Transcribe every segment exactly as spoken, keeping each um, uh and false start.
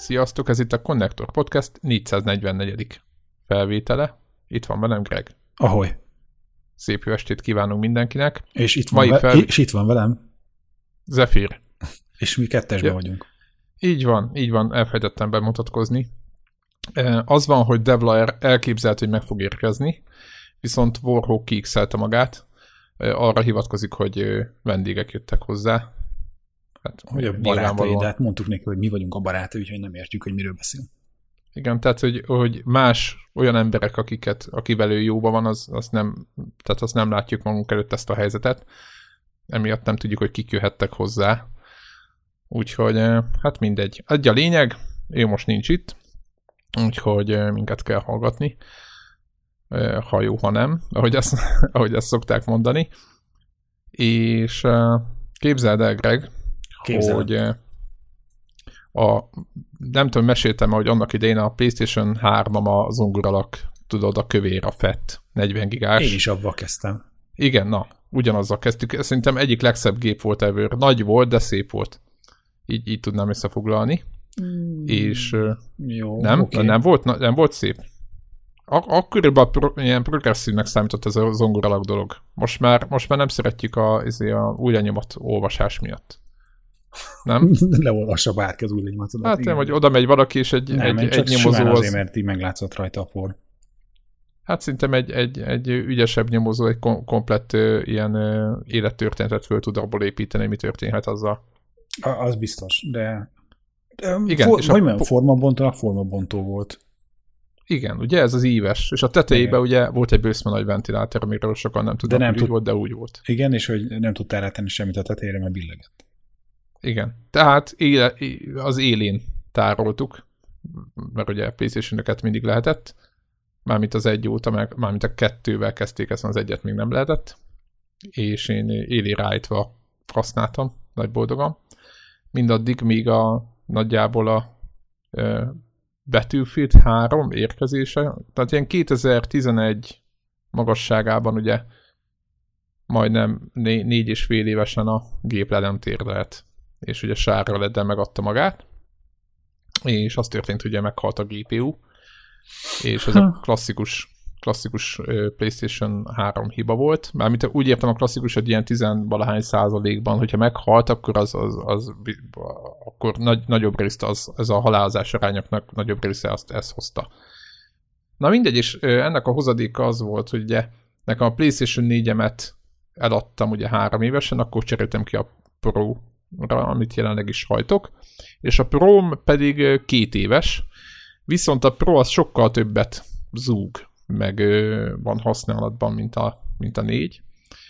Sziasztok, ez itt a Connector Podcast négyszáznegyvennegyedik felvétele. Itt van velem Greg. Ahogy. Szép jó estét kívánunk mindenkinek. És itt van, ve- fel... és itt van velem. Zephyr. És mi kettesben ja. vagyunk. Így van, így van, elfelejtettem bemutatkozni. Az van, hogy Devla elképzelt, hogy meg fog érkezni, viszont Warhawk kiixelte magát, arra hivatkozik, hogy vendégek jöttek hozzá. Hát, hogy a barátai, de hát mondtuk neki, hogy mi vagyunk a barátai, úgyhogy nem értjük, hogy miről beszél. Igen, tehát, hogy, hogy más olyan emberek, akiket, akivel ő jóban van, az, az nem, tehát azt nem látjuk magunk előtt ezt a helyzetet. Emiatt nem tudjuk, hogy kik jöhettek hozzá. Úgyhogy, hát mindegy. Egy a lényeg, ő most nincs itt, úgyhogy minket kell hallgatni. Ha jó, ha nem, ahogy azt, ahogy azt szokták mondani. És képzeld el, Greg, Képzelem. hogy a, nem tudom, meséltem, hogy annak idején a PlayStation hármam a zongoralak, tudod, a kövér, a fett, negyven gigás. Én is abba kezdtem. Igen, na, ugyanazzal kezdtük. Szerintem egyik legszebb gép volt ever. Nagy volt, de szép volt. Így, így tudnám összefoglalni. Mm. És jó, nem, okay. nem, volt, nem volt szép. Ak- akkoriban pro, ilyen progresszívnek számított ez a zongoralak dolog. Most már, most már nem szeretjük a, a új lenyomat olvasás miatt. Nem? Leolvassa bárki az új lenyomatodat. Hát nem, hogy oda megy valaki, és egy, nem, egy, egy nyomozó az... azért, mert így meglátszott rajta a por. Hát szerintem egy, egy, egy ügyesebb nyomozó egy kom- komplett uh, ilyen uh, élettörténetet föl tud abból építeni, mi történhet azzal. A, az biztos, de... de igen, for, és vagy a... milyen formabontó, a formabontó volt. Igen, ugye ez az íves, és a tetejében ugye volt egy bőszme nagy ventilátor, amiről sokan nem tudnak, hogy tud... volt, de úgy volt. Igen, és hogy nem tudtál rátenni semmit a tetejére, mert billegett. Igen, tehát éle, az élén tároltuk, mert ugye a PlayStation-öket mindig lehetett, mármint az egy óta, meg, mármint a kettővel kezdték, ezt az egyet még nem lehetett, és én élére állítva használtam, nagy boldogan. Mindaddig, míg a nagyjából a e, Battlefield három érkezése, tehát ilyen kétezer-tizenegy magasságában ugye majdnem né- négy és fél évesen a gép le nem térdelt, és ugye sárga leddel megadta magát, és az történt, hogy ugye meghalt a gé pé u, és ez a klasszikus, klasszikus PlayStation három hiba volt. Mármint úgy értem a klasszikus, hogy ilyen tizenvalahány százalékban, hogyha meghalt, akkor az, az, az akkor nagy, nagyobb részt az, ez a halálozás arányoknak nagyobb része azt ezt hozta. Na mindegy, és ennek a hozadéka az volt, hogy ugye nekem a PlayStation négyemet eladtam ugye három évesen, akkor cseréltem ki a Pro-ra, amit jelenleg is hajtok, és a Pro pedig két éves, viszont a Pro az sokkal többet zúg, meg ö, van használatban, mint a, mint a négy,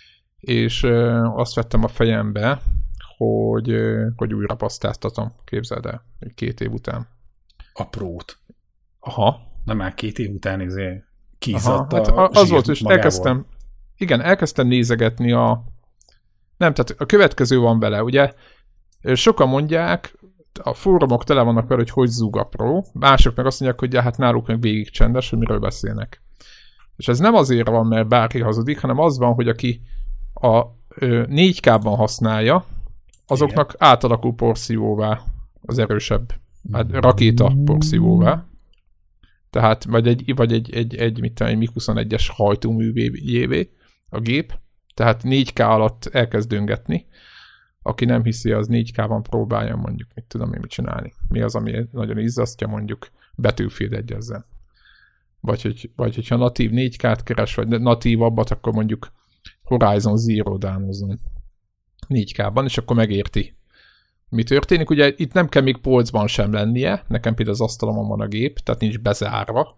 és ö, azt vettem a fejembe, hogy, ö, hogy újra pasztáztatom, képzeld el, két év után. A Prót. Aha. Na már két év után ezért kizzadt hát a az volt, és magával. elkezdtem, igen, elkezdtem nézegetni a, nem, tehát a következő van vele, ugye, sokan mondják, a fórumok tele vannak vele, hogy hogy zúg a Pro, mások meg azt mondják, hogy ja, hát náluk meg végig csendes, hogy miről beszélnek. És ez nem azért van, mert bárki hazudik, hanem az van, hogy aki a négy ká-ban használja, azoknak igen, átalakul porszívóvá az erősebb, hát rakéta porszívóvá. Tehát vagy egy, vagy egy, egy, egy, mit tudom, egy mig huszonegyes hajtóművévé a gép, tehát négy ká alatt elkezd döngetni. Aki nem hiszi, az négy ká-ban próbálja mondjuk, mit tudom én mit csinálni. Mi az, ami nagyon izzasztja, mondjuk Battlefield egyezzen. Vagy, hogy, vagy hogyha natív négy ká-t keres, vagy natívabbat, akkor mondjuk Horizon Zero Dawn-ozzon négy ká-ban, és akkor megérti, mi történik. Ugye itt nem kell még polcban sem lennie, nekem például az asztalomon van a gép, tehát nincs bezárva,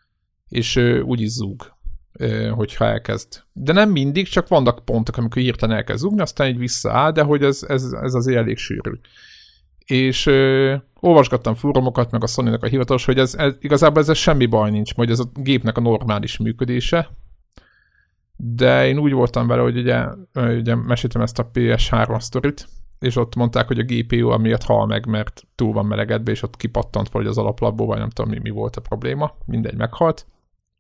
és ö, úgy is zúg, ö, hogyha elkezd. De nem mindig, csak vannak pontok, amikor hirtelen elkezd zúgni, aztán így visszaáll, de hogy ez, ez, ez azért elég sűrű. És ö, olvasgattam fórumokat, meg a Sony-nak a hivatalos, hogy ez, ez, igazából ezzel semmi baj nincs, majd ez a gépnek a normális működése, de én úgy voltam vele, hogy ugye, ugye meséltem ezt a pé es három sztorit, és ott mondták, hogy a gé pé u amiatt hal meg, mert túl van melegedve, és ott kipattant valahogy az alaplapból, vagy nem tudom, mi, mi volt a probléma. Mindegy, meghalt.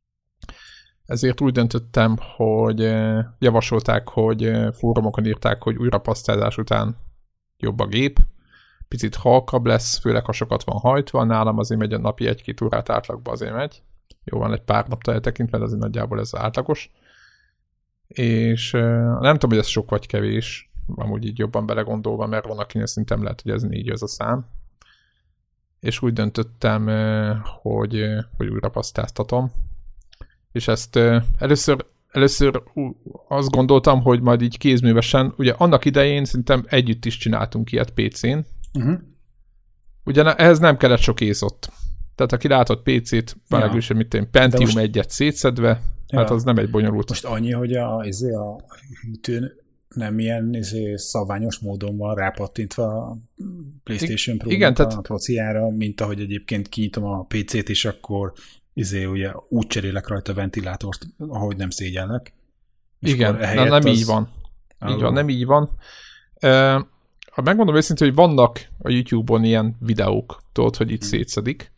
Ezért úgy döntöttem, hogy javasolták, hogy fórumokon írták, hogy újrapasztázás után jobb a gép, picit halkabb lesz, főleg ha sokat van hajtva, nálam azért megy a napi egy-két órát átlagban azért megy. Jó, van egy pár naptól eltekintve, de azért nagyjából ez átlagos. És nem tudom, hogy ez sok vagy kevés, amúgy így jobban belegondolva, mert van, akinek szerintem lehet, hogy ez négy az a szám. És úgy döntöttem, hogy, hogy újra pasztáztatom. És ezt először, először azt gondoltam, hogy majd így kézművesen, ugye annak idején szerintem együtt is csináltunk ilyet pé cén. Uh-huh. Ugye ehhez nem kellett sok észot. Tehát aki látott pé cét, valamelyik, ja. mit én, Pentium most... egyet szétszedve, ja. hát az nem egy bonyolult. Most annyi, hogy a, izé a hűtőn nem ilyen izé szabványos módon van rápattintva a PlayStation Pro igen, tehát... a prociára, mint ahogy egyébként kinyitom a pé cét, és akkor izé ugye úgy cserélek rajta a ventilátort, ahogy nem szégyellek. Igen, de nem az... így van. Így ah, van, nem így van. Uh, ha megmondom őszintén, hogy vannak a YouTube-on ilyen videók, tudod, hogy itt hmm. szétszedik.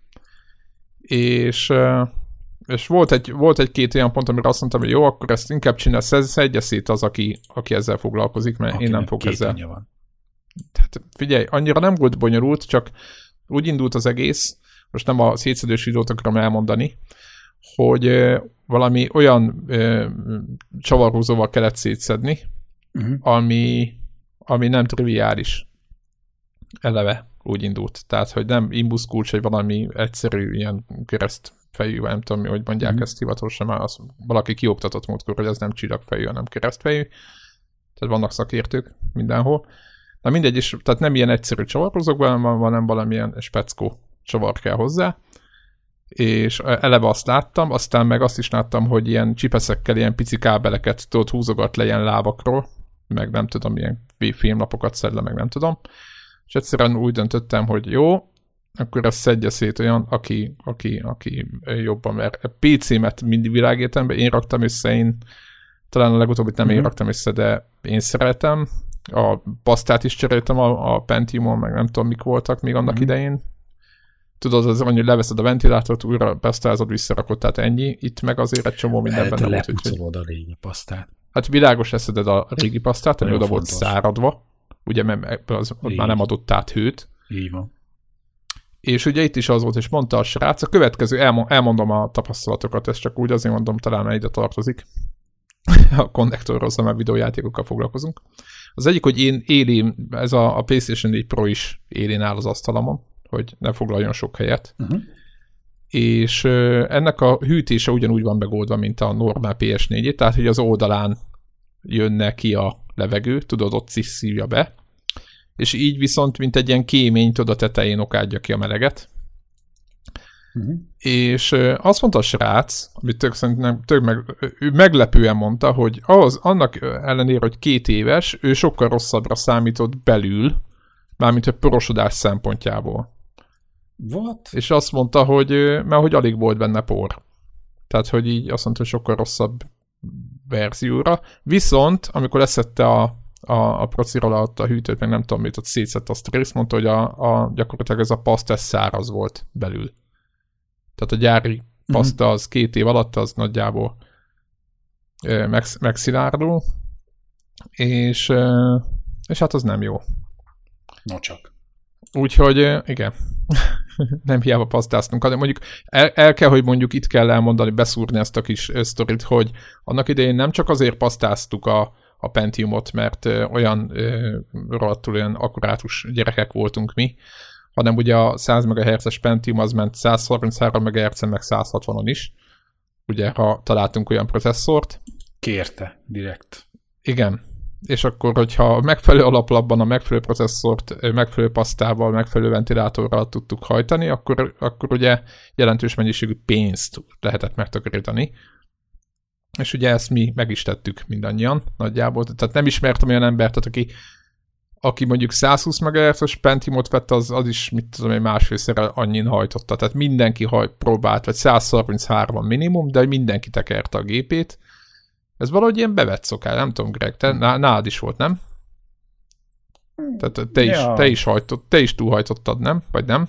És, és volt, egy, volt egy-két olyan pont, amire azt mondtam, hogy jó, akkor ezt inkább csinál, szedje szét az, aki, aki ezzel foglalkozik, mert aki én nem fogok ezzel. Van. Hát figyelj, annyira nem volt bonyolult, csak úgy indult az egész, most nem a szétszedős videót akarom elmondani, hogy valami olyan ö, csavarhúzóval kellett szétszedni, uh-huh. ami, ami nem triviális. Eleve úgy indult. Tehát, hogy nem imbusz kulcs, vagy valami egyszerű ilyen keresztfejű, nem tudom, hogy mondják mm. ezt hivatalosan, már az, valaki kioktatott múltkor, hogy ez nem csillagfejű, hanem keresztfejű. Tehát vannak szakértők mindenhol. Na mindegy, és tehát nem ilyen egyszerű csavarhúzókban van, hanem valamilyen speckó csavar kell hozzá. És eleve azt láttam, aztán meg azt is láttam, hogy ilyen csipeszekkel ilyen pici kábeleket tudod húzogat le ilyen lábakról, meg nem tudom, ilyen filmlapokat szed le, meg nem tudom. És egyszerűen úgy döntöttem, hogy jó, akkor ezt szedje szét olyan, aki, aki, aki jobban, mert a pé cémet mindig világétemben én raktam össze, én talán a legutóbbit nem mm-hmm. én raktam össze, de én szeretem. A pasztát is cseréltem a, a Pentiumon, meg nem tudom, mik voltak még annak mm-hmm. idején. Tudod, az annyi, hogy leveszed a ventilátort, újra pasztázod, visszarakod, tehát ennyi. Itt meg azért egy csomó mindenben nem volt. Lepucolod a régi pasztát. Hát világos leszeded a régi pasztát, ami oda volt száradva. Ugye, mert az már nem adott át hőt. Így van. És ugye itt is az volt, és mondta a srác, a következő, elmondom a tapasztalatokat, ezt csak úgy azért mondom, talán ide tartozik. A konnektorról, szóval videójátékokkal foglalkozunk. Az egyik, hogy én élén, ez a, a PlayStation négy Pro is élén áll az asztalamon, hogy ne foglaljon sok helyet. Uh-huh. És uh, ennek a hűtése ugyanúgy van megoldva, mint a normál pé es négy, tehát hogy az oldalán jönne ki a levegő, tudod, ott szívja be, és így viszont, mint egy ilyen kémény, tudod, a tetején okádja ki a meleget. Uh-huh. És azt mondta a srác, amit tök, szerintem, tök meg, ő meglepően mondta, hogy az, annak ellenére, hogy két éves, ő sokkal rosszabbra számított belül, mármint a porosodás szempontjából. What? És azt mondta, hogy mert hogy alig volt benne por. Tehát, hogy így azt mondta, hogy sokkal rosszabb verzióra. Viszont, amikor leszette a, a, a prociról a hűtőt, meg nem tudom mit, ott szétszett azt a részt, mondta, hogy a, a, gyakorlatilag ez a paszt, ez száraz volt belül. Tehát a gyári paszta az két év alatt az nagyjából meg, megszilárdul, és, és hát az nem jó. No csak. Úgyhogy igen, nem hiába pasztáztunk, hanem mondjuk el, el kell, hogy mondjuk itt kell elmondani, beszúrni ezt a kis sztorit, hogy annak idején nem csak azért pasztáztuk a, a Pentiumot, mert olyan rohadtul olyan akkurátus gyerekek voltunk mi, hanem ugye a száz megahertzes Pentium az ment száz harminchárom megahertzen, meg száz hatvanon is, ugye ha találtunk olyan processzort. Kérte direkt. Igen. És akkor, hogyha a megfelelő alaplapban a megfelelő processzort megfelelő pasztával, megfelelő ventilátorral tudtuk hajtani, akkor, akkor ugye jelentős mennyiségű pénzt lehetett megtakarítani. És ugye ezt mi meg is tettük mindannyian nagyjából. Tehát nem ismertem olyan embert, tehát aki, aki mondjuk száz húsz megahertzes Pentiumot vett, az, az is, mit tudom, egy másfélszer annyin hajtotta. Tehát mindenki haj, próbált, vagy száz harminchárom minimum, de mindenki tekerte a gépét. Ez valahogy ilyen bevett szokás, nem tudom, Greg, te, nálad is volt, nem? Tehát te is, ja. te is, hajtott, te is túlhajtottad, nem? Vagy nem?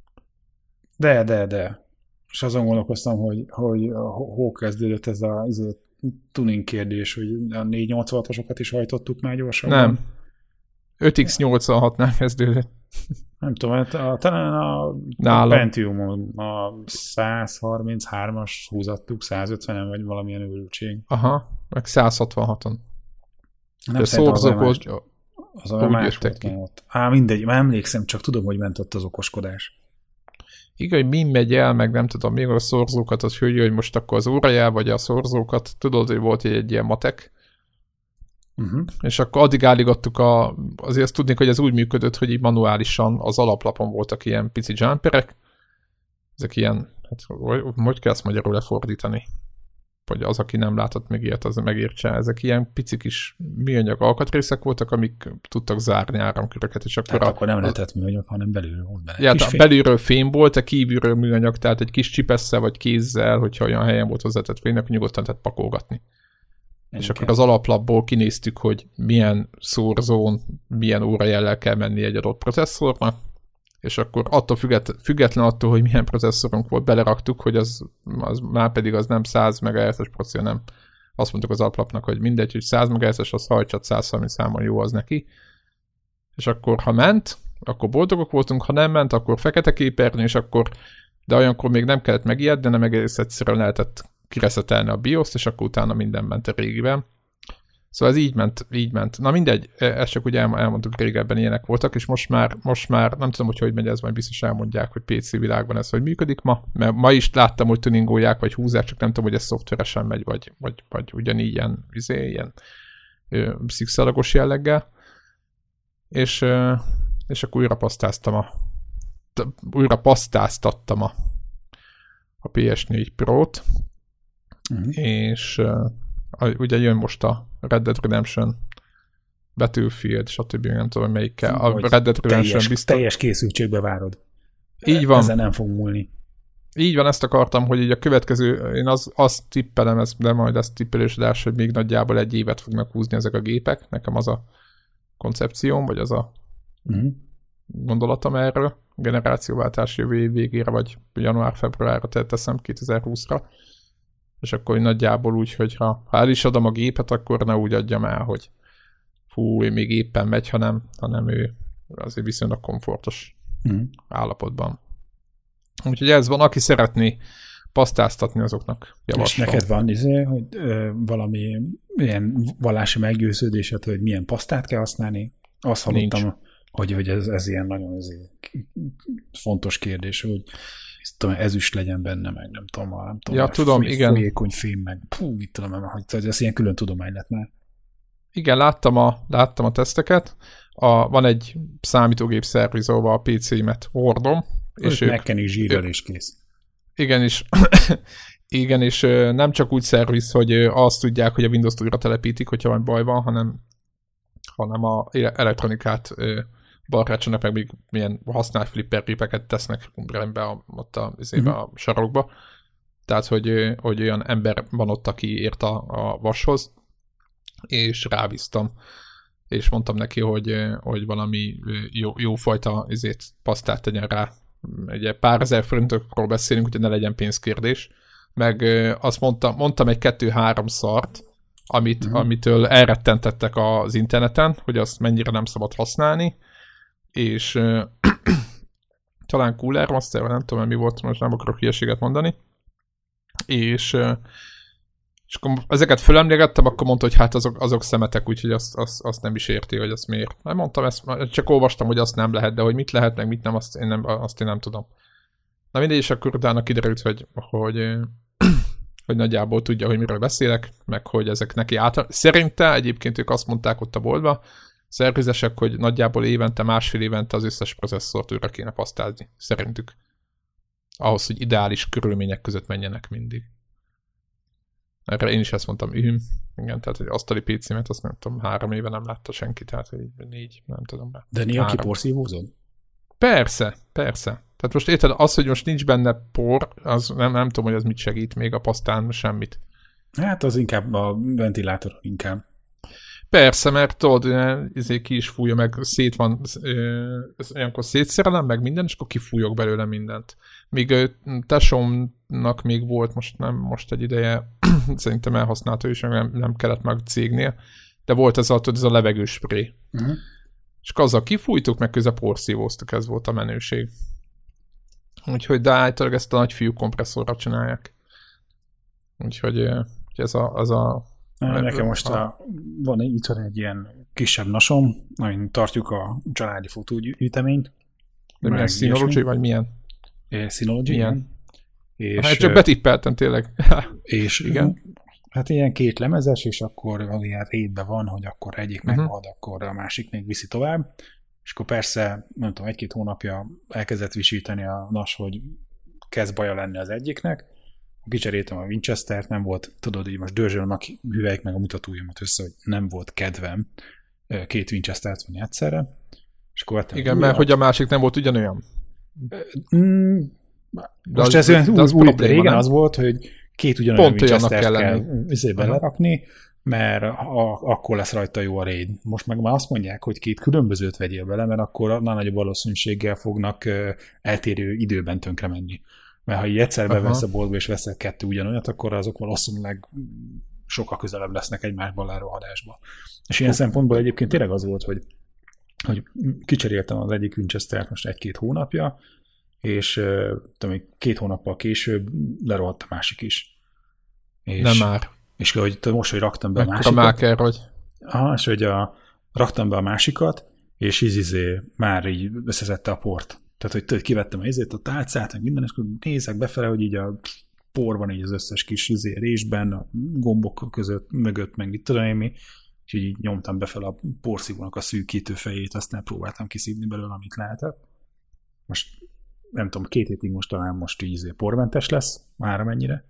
De, de, de. És azon gondolkoztam, hogy, hogy hol kezdődött ez a ez a tuning kérdés, hogy a négyszáznyolcvanhatosokat is hajtottuk már gyorsabban. Nem. öt x nyolcvanhatnál kezdődött. Nem tudom, hát a, talán a, a Pentiumon a száz harminchárom-as húzattuk, száz ötvenen vagy valamilyen őrültség. Aha, meg száz hatvanhaton. Nem de szorzók volt, az a más volt ki. Ott. Á, mindegy, már emlékszem, csak tudom, hogy ment ott az okoskodás. Igen, hogy mi megy el, meg nem tudom, még a szorzókat, az hogy, hogy most akkor az órajel, vagy a szorzókat, tudod, hogy volt egy, egy ilyen matek, uh-huh. És akkor addig állígattuk a, azért azt tudnék, hogy ez úgy működött, hogy így manuálisan az alaplapon voltak ilyen pici jumperek, ezek ilyen, hát, hogy kell ezt magyarul lefordítani? Vagy az, aki nem látott még ilyet, az megértse. Ezek ilyen pici kis műanyag alkatrészek voltak, amik tudtak zárni áramköröket. És akkor, tehát a, akkor nem lehetett műanyag, hanem belülről volt benne. Ja, belülről fém volt, a kívülről műanyag, tehát egy kis csipesszel vagy kézzel, hogyha olyan helyen volt hozzátetett fém, akkor nyugodtan lehet pakolgatni. Okay. És akkor az alaplapból kinéztük, hogy milyen szorzón, milyen órajellel kell menni egy adott processzornak, és akkor attól függet, független attól, hogy milyen processzorunk volt, beleraktuk, hogy az, az már pedig az nem száz megahertzes proci, nem. Azt mondtuk az alaplapnak, hogy mindegy, hogy száz megahertzes, az hajtsat száz harminchárom jó az neki. És akkor, ha ment, akkor boldogok voltunk, ha nem ment, akkor fekete képernyő, és akkor, de olyankor még nem kellett megijedni, hanem egész egyszerűen lehetett kireszetelni a BIOS-t, és akkor utána minden ment a régiben. Szóval ez így ment, így ment. Na mindegy, ezt csak ugye elmondtuk, régebben ilyenek voltak, és most már, most már nem tudom, hogy hogy megy ez, majd biztos elmondják, hogy pé cé világban ez hogy működik ma, mert ma is láttam, hogy tuningolják, vagy húzák, csak nem tudom, hogy ez szoftveresen megy, vagy, vagy, vagy ugyanígy ilyen, izé, ilyen szikszalagos jelleggel. És, és akkor újra pasztáztam a újra pasztáztattam a, a pé es négy Pro-t, uh-huh. és ugye jön most a Red Dead Redemption, Battlefield, stb. Nem tudom, melyikkel. A Red Dead Redemption teljes, biztos... teljes készültségbe várod. Így van. Ezen nem fog múlni. Így van, ezt akartam, hogy így a következő, én az, azt tippelem, ez, de majd ezt tippelésdás, hogy még nagyjából egy évet fognak húzni ezek a gépek. Nekem az a koncepcióm, vagy az a uh-huh. gondolatom erről. Generációváltás jövő év végére, vagy január-februárra teszem kétezer-húszra. És akkor nagyjából úgy, hogy ha, ha el is adom a gépet, akkor ne úgy adjam el, hogy fú, ő még éppen megy, hanem, hanem ő azért viszonylag komfortos mm. állapotban. Úgyhogy ez van, aki szeretné pasztáztatni, azoknak javaslom. És neked van izé, hogy ö, valami ilyen vallási meggyőződésed, hogy milyen pasztát kell használni? Azt hallottam, hogy, hogy ez, ez ilyen nagyon ez fontos kérdés, hogy tudom, ezüst legyen benne, meg nem tudom, nem tudom, ja, tudom, foly, igen. folyékony fém, meg pú, mit tudom, hogy ez ilyen külön tudomány lett már. Igen, láttam a, láttam a teszteket. A, van egy számítógép szervizóval a pé cémet hordom. És ők megkeni zsírrel és kész. Igen, és igen, és nem csak úgy szerviz, hogy azt tudják, hogy a Windows-t újra telepítik, hogyha van baj van, hanem, hanem a elektronikát balrácsonak, meg még milyen használt flippergépeket tesznek rendbe a, ott a, uh-huh. a sarokba. Tehát, hogy, hogy olyan ember van ott, aki ért a, a vashoz, és rábíztam. És mondtam neki, hogy, hogy valami jó, jó fajta izét, pasztát tegyen rá. Ugye pár ezer forintokról beszélünk, hogy ne legyen pénzkérdés. Meg azt mondtam, mondtam egy kettő-három szart, amit, uh-huh. amitől elrettentettek az interneten, hogy azt mennyire nem szabad használni, és uh, talán Cooler Master, nem tudom, mi volt, most nem akarok hülyeséget mondani, és, uh, és akkor ezeket fölemlégettem, akkor mondta, hogy hát azok, azok szemetek, úgyhogy azt, azt, azt nem is érti, hogy azt miért. Nem mondtam ezt, csak olvastam, hogy azt nem lehet, de hogy mit lehet, meg mit nem, azt én nem, azt én nem tudom. Na mindegy, és akkor utána kiderült, hogy, hogy, hogy nagyjából tudja, hogy miről beszélek, meg hogy ezek neki által. Szerinte egyébként ők azt mondták ott a boltban, szervizesek, hogy nagyjából évente, másfél évente az összes processzort újra kéne pasztázni, szerintük. Ahhoz, hogy ideális körülmények között menjenek mindig. Erre én is ezt mondtam, ühüm. Igen, tehát egy asztali pé cémet, azt nem tudom, három éve nem látta senki, tehát négy, nem tudom. Már. De néha kiporszívózod? Persze, persze. Tehát most érted, az, hogy most nincs benne por, az nem, nem tudom, hogy az mit segít, még a pasztán semmit. Hát az inkább a ventilátor inkább. Persze, mert tudod, ezért ki is fújja, meg szét van, olyankor szétszerelem, meg minden, és akkor kifújok belőle mindent. Míg tesómnak még volt, most nem, most egy ideje, szerintem elhasználta is, nem, nem kellett meg cégnél, de volt ez a, ez a levegőspré. Uh-huh. és azzal kifújtuk, meg közben porszívóztuk, ez volt a menőség. Úgyhogy de általában ezt a nagy fiú kompresszorra csinálják. Úgyhogy ez a... Az a Nekem most a, van itt van egy ilyen kisebb nasom, amin tartjuk a családi fotógyűjteményt. De milyen Synology, vagy milyen? Synology, milyen? És, hát csak betippeltem tényleg. És igen. Hát ilyen két lemezes, és akkor ilyen rétben van, hogy akkor egyik uh-huh. megvad, akkor a másik még viszi tovább. És akkor persze, nem tudom, egy-két hónapja elkezdett visíteni a nas, hogy kezd baja lenni az egyiknek. Kicseréltem a Winchester-t, nem volt, tudod, hogy most dörzsölöm a hüvelyk meg a mutatóimat össze, hogy nem volt kedvem két Winchester-t venni egyszerre. És akkor igen, mert hogy a másik nem volt ugyanolyan. Mm, most az, ez az új, új régen nem? Az volt, hogy két ugyanolyan Winchester-t kell izébe lerakni, mert a, akkor lesz rajta jó a raid. Most meg már azt mondják, hogy két különbözőt vegyél bele, mert akkor annál nagyobb valószínűséggel fognak eltérő időben tönkre menni. Mert ha így egyszer bevesz a boltba és veszel kettő ugyanolyat, akkor azok valószínűleg sokkal közelebb lesznek egymásban a rohadásba. És ilyen szempontból egyébként tényleg az volt, hogy, hogy kicseréltem az egyik Winchester-t most egy-két hónapja, és tudom, két hónappal később lerohadt a másik is. És, nem már. És hogy most, hogy raktam be a másikat. Máker, hogy... Aha, és hogy a, raktam be a másikat, és így izé, már így összeszedte a port. Tehát, hogy, hogy kivettem a izét, a tálcát, meg minden, és akkor nézek befele, hogy így a por van így az összes kis izé résben, a gombok között, mögött, meg mit tudom én mi, és így nyomtam befele a porszívónak a szűkítő fejét, aztán próbáltam kiszívni belőle, amit lehetett. Most nem tudom, két hétig most talán most így izé pormentes lesz, már mennyire.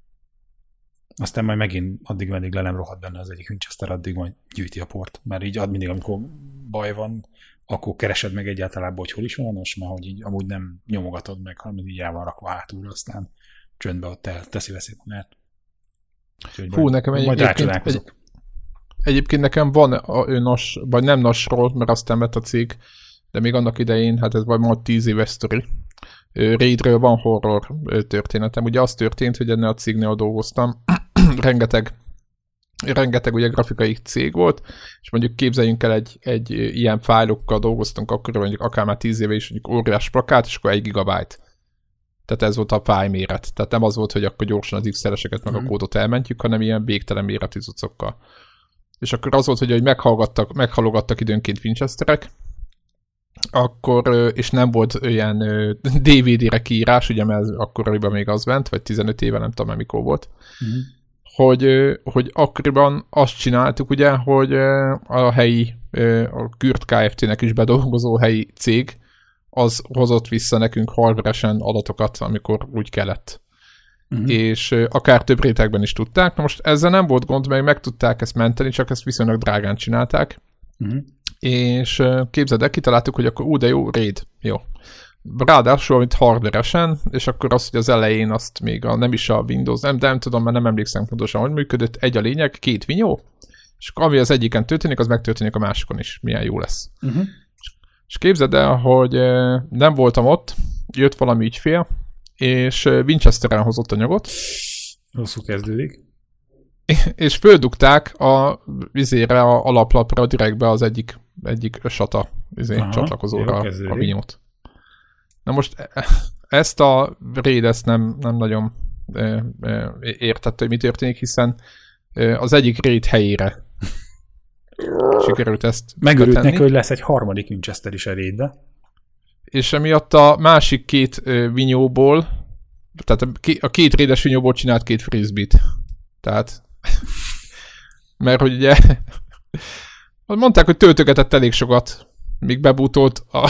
Aztán majd megint addig-meddig le nem rohadt benne az egyik Winchester, addig majd gyűjti a port, mert így ad mindig, amikor baj van, akkor keresed meg egyáltalán, hogy hol is van, most már hogy így amúgy nem nyomogatod meg, hanem így el van rakva hátulra, aztán csöndbe ott el teszi-veszi magát. Hú, majd, nekem egy, egyébként, egy, egyébként nekem van a, ő nos, vagy nem nosról, mert aztán vett a cég, de még annak idején, hát ez vagy majd tíz éves sztori. Raidről van horror történetem. Ugye az történt, hogy ennél a cégnél dolgoztam, rengeteg rengeteg ugye grafikai cég volt, és mondjuk képzeljünk el egy, egy ilyen fájlokkal dolgoztunk, akkor mondjuk akár már tíz éve is mondjuk óriás plakát, és akkor egy gigabyte. Tehát ez volt a fájlméret. Tehát nem az volt, hogy akkor gyorsan az X-szereseket meg mm. a kódot elmentjük, hanem ilyen végtelen méretű cuccokkal. És akkor az volt, hogy, hogy meghallgattak, meghalogattak időnként Winchesterek, akkor, és nem volt olyan dé vé dé-re kiírás, ugye, mert akkoriban még az bent, vagy tizenöt éve, nem tudom, mikor volt, mm. hogy, hogy akkoriban azt csináltuk, ugye, hogy a helyi, a Kürt Kft-nek is bedolgozó helyi cég, az hozott vissza nekünk hardveresen adatokat, amikor úgy kellett. Uh-huh. És akár több rétegben is tudták. Na most ezzel nem volt gond, meg meg tudták ezt menteni, csak ezt viszonylag drágán csinálták. Uh-huh. És képzeld el, kitaláltuk, hogy akkor ú, de jó, raid. Jó. Ráadásul, mint hardveresen, és akkor azt, hogy az elején azt még a, nem is a Windows, nem, de nem tudom, mert nem emlékszem pontosan, hogy működött. Egy a lényeg, két vinyó, és ami az egyiken történik, az megtörténik a másikon is. Milyen jó lesz. Uh-huh. És képzeld el, hogy nem voltam ott, jött valami ügyfél, és Winchesteren hozott anyagot. Rosszul kezdődik. És földugták a vizére, a alaplapra, direktbe az egyik, egyik sata izé, csatlakozóra a vinyót. Na most ezt a raid ezt nem, nem nagyon értette, hogy mi történik, hiszen az egyik raid helyére sikerült ezt megörült neki, hogy lesz egy harmadik Winchester is a raidbe. És emiatt a másik két uh, vinyóból, tehát a, k- a két raides vinyóból csinált két frisbee-t. Tehát, mert hogy ugye mondták, hogy töltögetett elég sokat, míg bebútolt a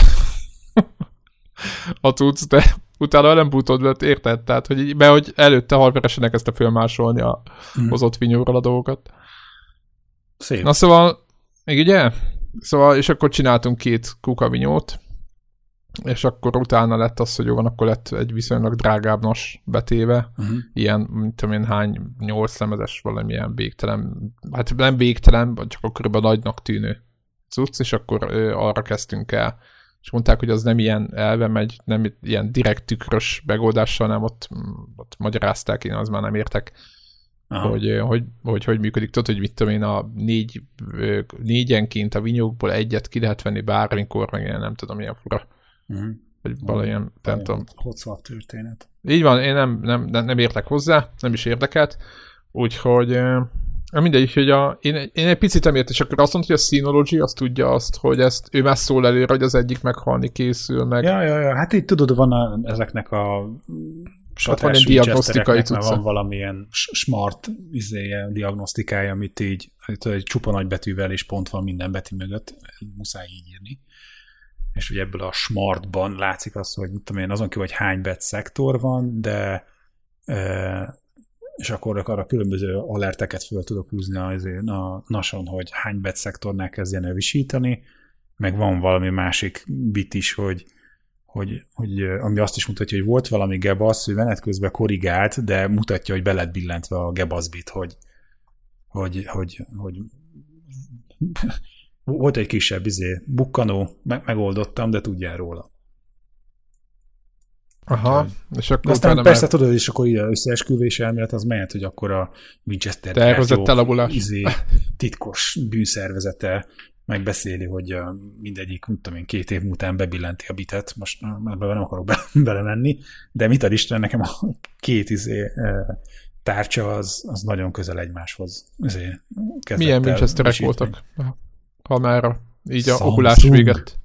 a cucc, de utána nem bútolt, mert érted? Tehát, hogy, mert hogy előtte hardveresen elkezdte fölmásolni a mm. hozott vinyóról a dolgokat. Szép. Na szóval, még ugye? Szóval, és akkor csináltunk két kukavinyót, és akkor utána lett az, hogy jó van, akkor lett egy viszonylag drágább nos betéve, uh-huh. ilyen, mint tudom én, hány nyolc lemezes valamilyen végtelen, hát nem végtelen, csak akkor körülbelül nagynak tűnő cucc, és akkor ö, arra kezdtünk el. És mondták, hogy az nem ilyen elve megy, nem ilyen direkt tükrös megoldással, hanem ott, ott magyarázták, én az már nem értek. hogy hogy, hogy hogy működik. Tudod, hogy mit tudom én, a négy, négyenként a vinyókból egyet ki lehet venni bármikor, meg ilyen nem tudom, ilyen fura. Uh-huh. Vagy valamilyen, nem tudom. Hotszap történet. Így van, én nem, nem, nem értek hozzá, nem is érdekelt, úgyhogy mindegy, hogy a, én, én egy picit nem ért, és akkor azt mondta, hogy a Synology azt tudja azt, hogy ezt ő már szól előre, hogy az egyik meghalni készül, meg... Ja, ja, ja, hát itt tudod, van a, ezeknek a hát van egy diagnosztikai cucca. Van valamilyen smart izéje, diagnosztikája, amit így egy csupa nagy betűvel és pont van minden betű mögött, muszáj így írni. És ugye ebből a smartban látszik az, hogy mit tudom én, azon kívül, hogy hány bet szektor van, de e, és akkor arra különböző alerteket föl tudok húzni a, a nason, hogy hány bet szektornál kezdjen el visítani, meg van valami másik bit is, hogy, hogy, hogy ami azt is mutatja, hogy volt valami gebasz, hogy menet közben korrigált, de mutatja, hogy be lett billentve a gebasz bit, hogy, hogy, hogy, hogy volt egy kisebb izé, bukkanó, me- megoldottam, de tudjál róla. Aha, úgy, és akkor aztán persze már... tudod, és akkor ide összeesküvés elmélet az mehet, hogy akkor a Winchester tervezett izé, titkos bűnszervezete megbeszéli, hogy mindegyik, nem tudom én, két év után bebillenti a bitet, most ebben nem akarok be- belemenni, de mit ad Isten, nekem a két izé, tárcsa az, az nagyon közel egymáshoz. Izé, milyen Winchesterek voltak? Ha már így a okulás véget.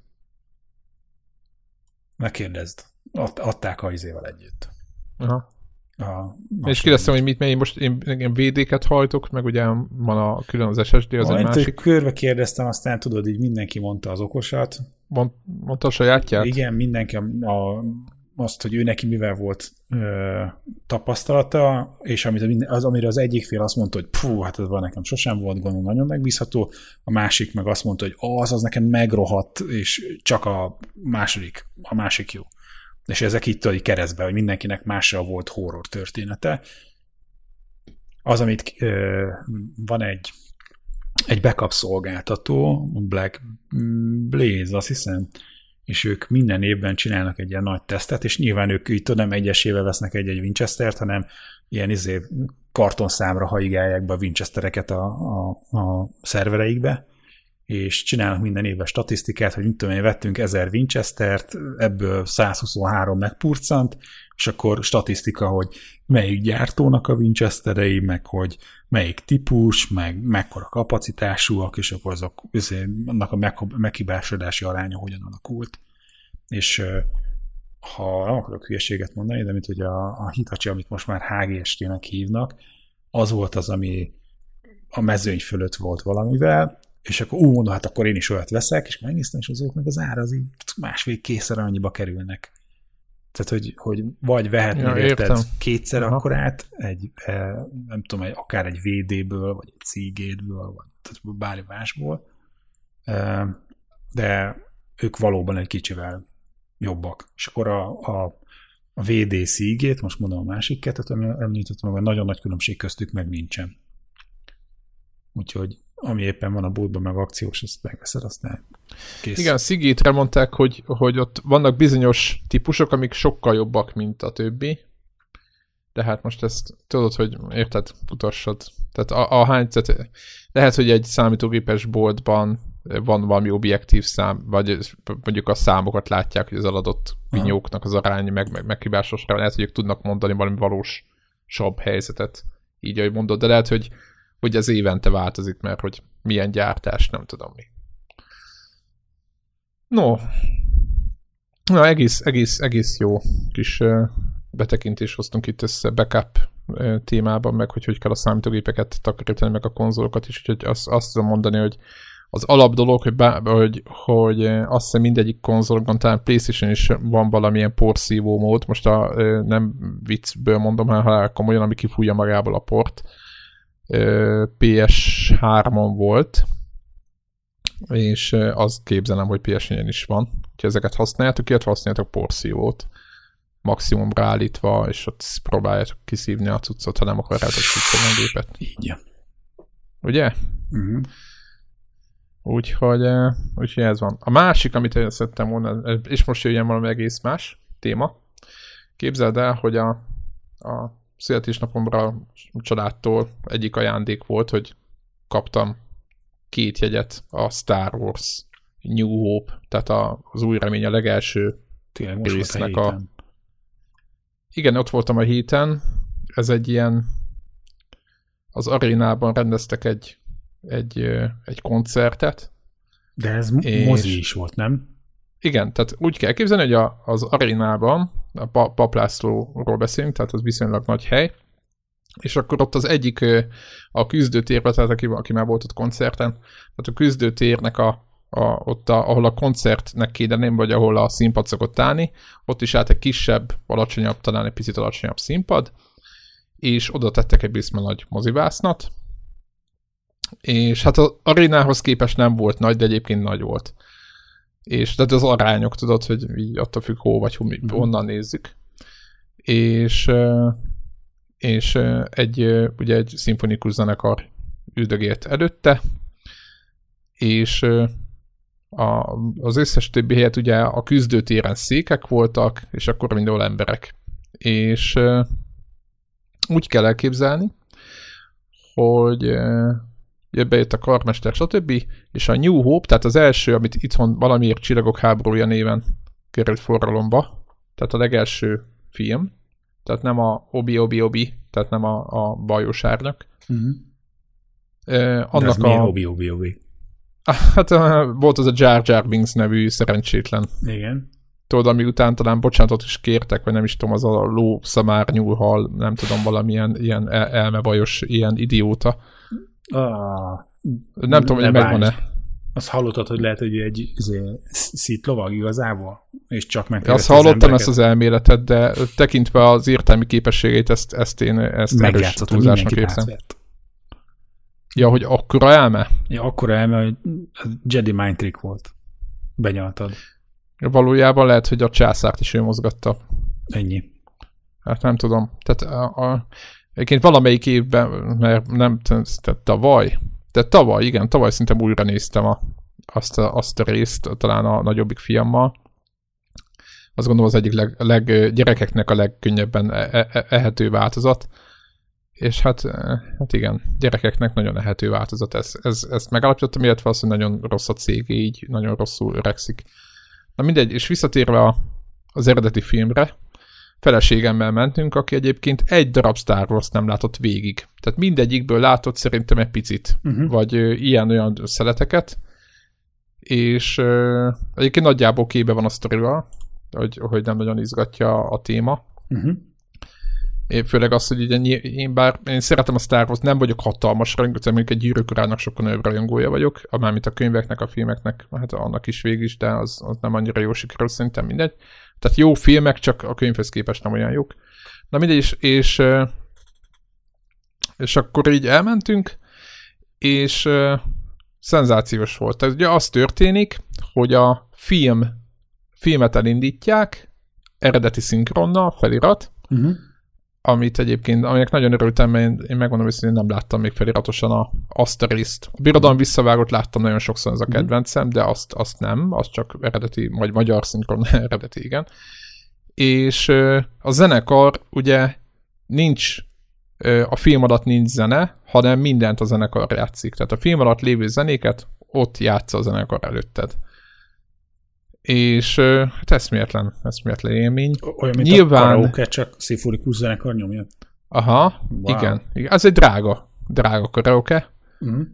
Megkérdezd. Ad, adták a izével együtt. Aha. A, és kérdeztem, hogy mit, mert én most én, én vé dé-ket hajtok, meg ugye van a külön az es es dé, az egy másik. Körbe kérdeztem, aztán tudod, így mindenki mondta az okosat. Mond, mondta a sajátját? Igen, mindenki a, a, azt, hogy ő neki mivel volt ö, tapasztalata, és amit az, amire az egyik fél azt mondta, hogy pfú, hát ez van, nekem sosem volt gondom, nagyon megbízható, a másik meg azt mondta, hogy az, az nekem megrohadt, és csak a második, a másik jó. És ezek itt tudod keresztbe, hogy mindenkinek másra volt horror története. Az, amit ö, van egy egy backup szolgáltató, Black Blaze, azt hiszem, és ők minden évben csinálnak egy ilyen nagy tesztet, és nyilván ők így tudom, nem egyesével vesznek egy-egy Winchestert, hanem ilyen izé kartonszámra haigálják be a Winchestereket a, a, a szervereikbe, és csinálnak minden évben statisztikát, hogy mit tudom én, vettünk ezer Winchestert, ebből száz huszonhárom megpurcant, és akkor statisztika, hogy melyik gyártónak a Winchesterei, meg hogy melyik típus, meg mekkora kapacitásúak, és akkor azok, annak a meghibásodási aránya hogyan alakult. És ha nem akarok hülyeséget mondani, de mint hogy a, a Hitachi, amit most már há gé es té-nek hívnak, az volt az, ami a mezőny fölött volt valamivel, és akkor úgy mondom, hát akkor én is olyat veszek, és megnéztem, és azoknak az ára az így másfél-kétszer annyiba kerülnek. Tehát, hogy, hogy vagy vehetnél ja, érted kétszer Aha. akkorát, egy, nem tudom, egy, akár egy vé dé-ből, vagy egy Seagate-ből, vagy tehát bármi másból, de ők valóban egy kicsivel jobbak. És akkor a, a, a vé dé Seagate, most mondom a másik kettőt, ami említettem, hogy nagyon nagy különbség köztük meg nincsen. Úgyhogy ami éppen van a boltban, meg akciós, azt megveszed, aztán kész. Igen, Seagate-re mondták, hogy, hogy ott vannak bizonyos típusok, amik sokkal jobbak, mint a többi. De hát most ezt tudod, hogy érted, utassad. Tehát a, a hány, tehát lehet, hogy egy számítógépes boltban van valami objektív szám, vagy mondjuk a számokat látják, hogy az adott vinyóknak az aránya meg, meg, meghibásosra. Lehet, hogy ők tudnak mondani valami valósabb helyzetet, így ahogy mondod, de lehet, hogy hogy ez évente változik, mert hogy milyen gyártás, nem tudom mi. No, na egész, egész, egész jó kis uh, betekintést hoztunk itt össze backup uh, témában, meg hogy hogy kell a számítógépeket takarítani, meg a konzolokat is, úgyhogy azt, azt tudom mondani, hogy az alap dolog, hogy, bá, hogy, hogy uh, azt hiszem mindegyik konzolban, talán PlayStation is van valamilyen porszívó mód, most a, uh, nem viccből mondom, hanem komolyan, ami kifújja magából a port, pé es hármon volt, és azt képzelem, hogy pé es négyen is van. Úgyhogy ezeket használjátok, illetve használjátok porszívót maximumra állítva, és ott próbáljátok kiszívni a cuccot, ha nem akarjátok szívni a gépet. Így. Ugye? Uh-huh. Úgyhogy, úgyhogy ez van. A másik, amit én szerettem volna, és most jöjjön valami egész más téma. Képzeld el, hogy a, a születésnapomra családtól egyik ajándék volt, hogy kaptam két jegyet a Star Wars New Hope, tehát a, az új remény a legelső résznek a... Igen, ott voltam a héten, ez egy ilyen, az arénában rendeztek egy, egy, egy koncertet. De ez és... mozi is volt, nem? Igen, tehát úgy kell képzelni, hogy a, az arénában, a Paplászlóról beszélünk, tehát az viszonylag nagy hely, és akkor ott az egyik a küzdőtérben, tehát aki, aki már volt ott koncerten, tehát a küzdőtérnek a, a, ott a, ahol a koncertnek kéne nem, vagy ahol a színpad szokott állni, ott is állt egy kisebb, alacsonyabb, talán egy picit alacsonyabb színpad, és oda tettek egy biztos nagy mozivásznat, és hát az arénához képest nem volt nagy, de egyébként nagy volt. És tehát az arányok, tudod, hogy így attól függ hol vagy, honnan nézzük. És, és egy, ugye egy szimfonikus zenekar üldögélt előtte, és a, az összes többi helyet ugye a küzdőtéren székek voltak, és akkor mindenhol emberek. És úgy kell elképzelni, hogy bejött a karmester, stb. És a New Hope, tehát az első, amit itthon valamiért Csillagok háborúja néven került forgalomba, tehát a legelső film, tehát nem a Obi Obi Obi, tehát nem a, a bajos árnyak. Uh-huh. Eh, annak De ez a... Obi Obi Obi? Hát volt az a Jar Jar Binks nevű szerencsétlen. Igen. Tudod, ami után talán bocsánatot is kértek, vagy nem is tudom, az a ló, szamár, nyúlhal, nem tudom, valamilyen ilyen el- elmebajos, ilyen idióta. Ah, nem tudom, hogy megvan-e. Azt hallottad, hogy lehet, hogy egy szitlovag igazából? És csak meg. Azt hallottam ezt az elméletet, de tekintve az értelmi képességeit, ezt, ezt én ezt erős túlzásnak érzem. Ja, hogy akkora elme? Ja, akkora elme, hogy Jedi mind trick volt. Benyaltad. Valójában lehet, hogy a császárt is ő mozgatta. Ennyi. Hát nem tudom. Tehát a, a, egyébként valamelyik évben, mert nem, tehát tavaly, de tavaly, igen, tavaly szinte újra néztem a, azt, a, azt a részt, talán a nagyobbik fiammal. Azt gondolom az egyik leg, leg gyerekeknek a legkönnyebben e, e, ehető változat. És hát, hát igen, gyerekeknek nagyon ehető változat. Ez, ez, ezt megállapítottam, illetve az, hogy nagyon rossz a cég, így nagyon rosszul öregszik. Na mindegy, és visszatérve a, az eredeti filmre, feleségemmel mentünk, aki egyébként egy darab Star Wars nem látott végig. Tehát mindegyikből látott szerintem egy picit, uh-huh. vagy ö, ilyen-olyan szeleteket, és ö, egyébként nagyjából képbe van a sztorival, hogy, hogy nem nagyon izgatja a téma. Uh-huh. Én főleg az, hogy ugye én bár én szeretem a Star Wars, nem vagyok hatalmas rajongó, mondjuk egy Gyűrűk urának sokkal nagyobb rajongója vagyok, mármint a könyveknek, a filmeknek, hát annak is végig is, de az, az nem annyira jó sikerül, szerintem mindegy. Tehát jó filmek, csak a könyvhez képest nem olyan jók. Na mindegy, és, és, és akkor így elmentünk, és szenzációs volt. Tehát ugye az történik, hogy a film, filmet elindítják, eredeti szinkronnal, felirat, uh-huh. amit egyébként, aminek nagyon örültem, mert én megmondom, hogy én nem láttam még feliratosan a, azt a részt. A Birodalom visszavágott láttam nagyon sokszor, ez a kedvencem, de azt, azt nem, az csak eredeti, vagy magyar szinkron eredeti, igen. És a zenekar ugye nincs, a film alatt nincs zene, hanem mindent a zenekar játszik. Tehát a film alatt lévő zenéket ott játsza a zenekar előtted. És hát eszméletlen, eszméletlen élmény. Olyan, mint Nyilván... a karaoke, csak szimfonikus zenekar nyomja. Aha, wow. igen, igen. Ez egy drága, drága karaoke. Uh-huh.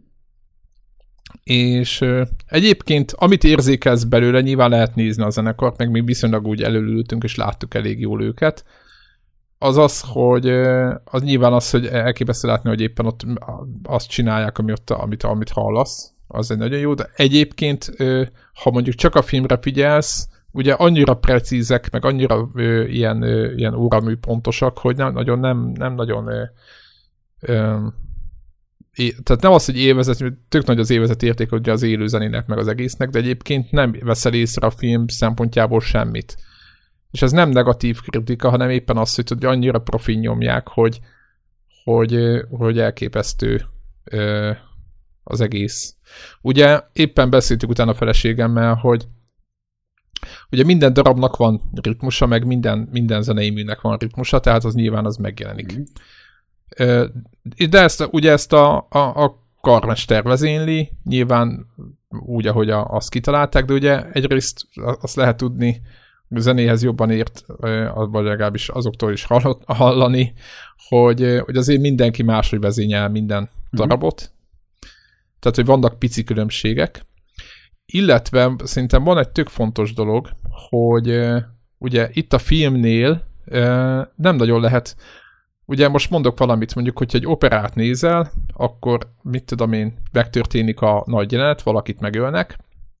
És uh, egyébként, amit érzékelsz belőle, nyilván lehet nézni a zenekart, meg mi viszonylag úgy előültünk, és láttuk elég jól őket. Az az, hogy uh, az nyilván az, hogy elképesztő látni, hogy éppen ott azt csinálják, ami ott, amit, amit hallasz. Az egy nagyon jó, de egyébként, uh, ha mondjuk csak a filmre figyelsz, ugye annyira precízek, meg annyira uh, ilyen, uh, ilyen óramű pontosak, hogy nem nagyon, nem, nem nagyon uh, um, tehát nem az, hogy élvezet, tök nagy az élvezet érték ugye az élőzenének, meg az egésznek, de egyébként nem veszel észre a film szempontjából semmit. És ez nem negatív kritika, hanem éppen az, hogy tudja, annyira profin nyomják, hogy, hogy, hogy elképesztő az egész. Ugye éppen beszéltük utána a feleségemmel, hogy Ugye minden darabnak van ritmusa, meg minden, minden zenei műnek van ritmusa, tehát az nyilván az megjelenik. Mm. De ezt, ugye ezt a, a, a karmester vezényli, nyilván úgy, ahogy a, azt kitalálták, de ugye egyrészt azt lehet tudni, a zenéhez jobban ért, vagy legalábbis azoktól is hallott, hallani, hogy, hogy azért mindenki máshogy vezényel minden darabot. Mm. Tehát, hogy vannak pici különbségek. Illetve szerintem van egy tök fontos dolog, hogy ugye itt a filmnél nem nagyon lehet, ugye most mondok valamit, mondjuk, hogyha egy operát nézel, akkor mit tudom én, megtörténik a nagy jelenet, valakit megölnek,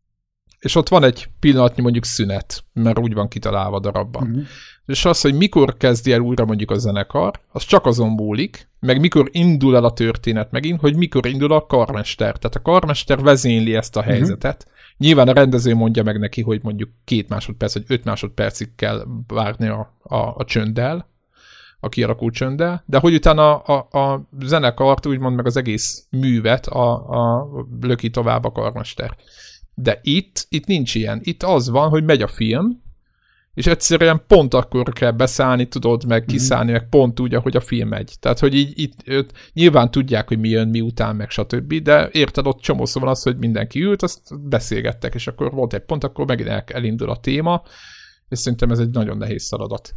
és ott van egy pillanatnyi mondjuk szünet, mert úgy van kitalálva a darabban. Mm-hmm. És az, hogy mikor kezdi el újra mondjuk a zenekar, az csak azon múlik, meg mikor indul el a történet megint, hogy mikor indul a karmester. Tehát a karmester vezényli ezt a helyzetet. Mm-hmm. Nyilván a rendező mondja meg neki, hogy mondjuk két másodperc, vagy öt másodpercig kell várni a, a, a csönddel, a kialakult csönddel, de hogy utána a, a, a zenekart, úgymond meg az egész művet a, a löki tovább a karmester. De itt, itt nincs ilyen. Itt az van, hogy megy a film, és egyszerűen pont akkor kell beszállni, tudod, meg kiszállni, meg pont úgy, ahogy a film megy. Tehát, hogy így itt, őt, nyilván tudják, hogy mi jön, mi után, meg stb., de érted, ott csomószor van az, hogy mindenki ült, azt beszélgettek, és akkor volt egy pont, akkor megint el, elindul a téma, és szerintem ez egy nagyon nehéz feladat.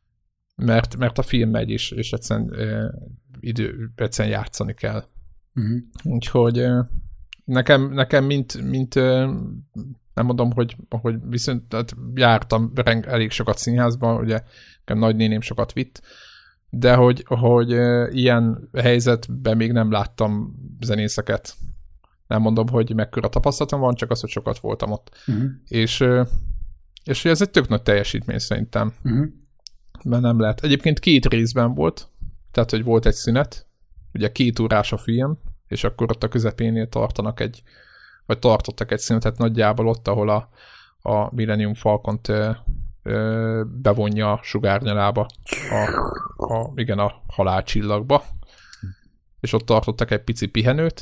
Mert, mert a film megy, és, és egyszerűen, e, idő, egyszerűen játszani kell. Uh-huh. Úgyhogy e, nekem, nekem mint, mint e, nem mondom, hogy, hogy viszont tehát jártam reng, elég sokat színházban, ugye nekem nagynéném sokat vitt, de hogy, hogy e, ilyen helyzetben még nem láttam zenészeket. Nem mondom, hogy mekkora tapasztalatom van, csak az, hogy sokat voltam ott. Uh-huh. És, e, és ez egy tök nagy teljesítmény szerintem. Uh-huh. Mert nem lehet. Egyébként két részben volt, tehát, hogy volt egy szünet, ugye két órás a film, és akkor ott a közepénél tartanak egy, vagy tartottak egy szünetet nagyjából ott, ahol a, a Millennium Falcont ö, ö, bevonja a sugárnyalába, a, a, igen, a halálcsillagba, és ott tartottak egy pici pihenőt,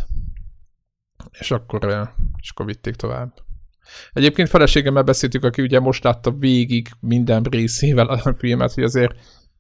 és akkor, ö, és akkor vitték tovább. Egyébként feleségemmel beszéltük, aki ugye most látta végig minden részével a filmet, hogy azért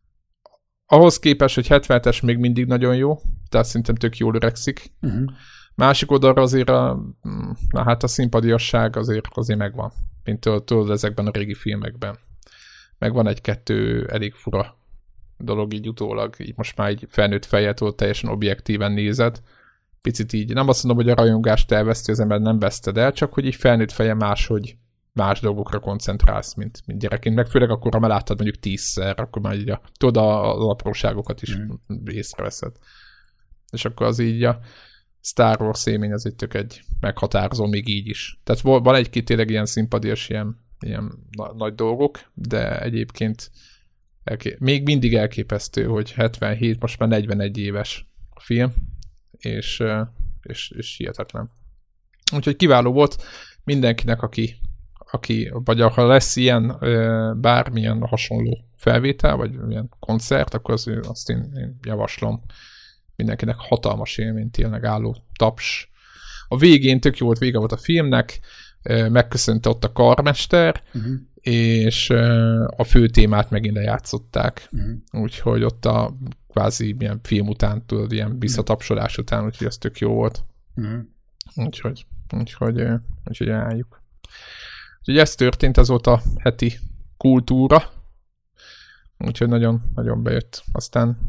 ahhoz képest, hogy hetvenetes még mindig nagyon jó, tehát szerintem tök jól öregszik. Uh-huh. Másik oldalra azért a, na hát a szimpadiasság azért, azért megvan, mint tudod ezekben a régi filmekben. Megvan egy-kettő elég fura dolog így utólag, így most már egy felnőtt fejjel tudod teljesen objektíven nézed. Picit így, nem azt mondom, hogy a rajongást elveszti, az ember nem veszted el, csak hogy így felnőtt feje máshogy más dolgokra koncentrálsz, mint, mint gyerekként. Meg főleg akkor, ha már láttad mondjuk tízszer, akkor már így a, tudod az apróságokat is mm. észreveszed. És akkor az így a Star Wars élmény az itt tök egy meghatározó még így is. Tehát van egy-két tényleg ilyen szimpadias, ilyen, ilyen na- nagy dolgok, de egyébként elké- még mindig elképesztő, hogy hetvenhét, most már negyvenegy éves a film, és, és, és hihetetlen. Úgyhogy kiváló volt mindenkinek, aki, aki vagy ha lesz ilyen bármilyen hasonló felvétel, vagy ilyen koncert, akkor az, azt én, én javaslom. Mindenkinek hatalmas élmény, tényleg álló taps. A végén tök jó volt, vége volt a filmnek, megköszönte ott a karmester, uh-huh. és a fő témát megint lejátszották. Uh-huh. Úgyhogy ott a kvázi ilyen film után, tudod, ilyen visszatapsolás után, úgyhogy ez tök jó volt. Uh-huh. Úgyhogy, úgyhogy, úgyhogy álljuk. Úgyhogy ez történt, ez volt a heti kultúra. Úgyhogy nagyon, nagyon bejött. Aztán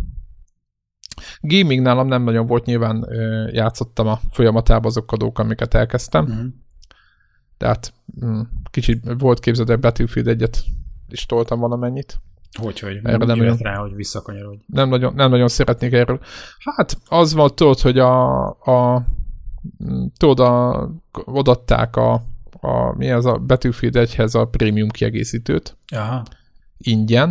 gaming nálam nem nagyon volt, nyilván játszottam a folyamatában azok a dolgok, amiket elkezdtem. Uh-huh. Tehát kicsit volt képzeld, hogy Battlefield egyet is toltam valamennyit. Hogy, hogy? Nem, nem nagyon rá, hogy visszakanyarodj. Nem nagyon, nem nagyon szeretnék erről. Hát az volt, tudod, hogy a, a tudod, a, odatták a, a mi az a Battlefield egyhez a prémium kiegészítőt. Aha. Ingyen.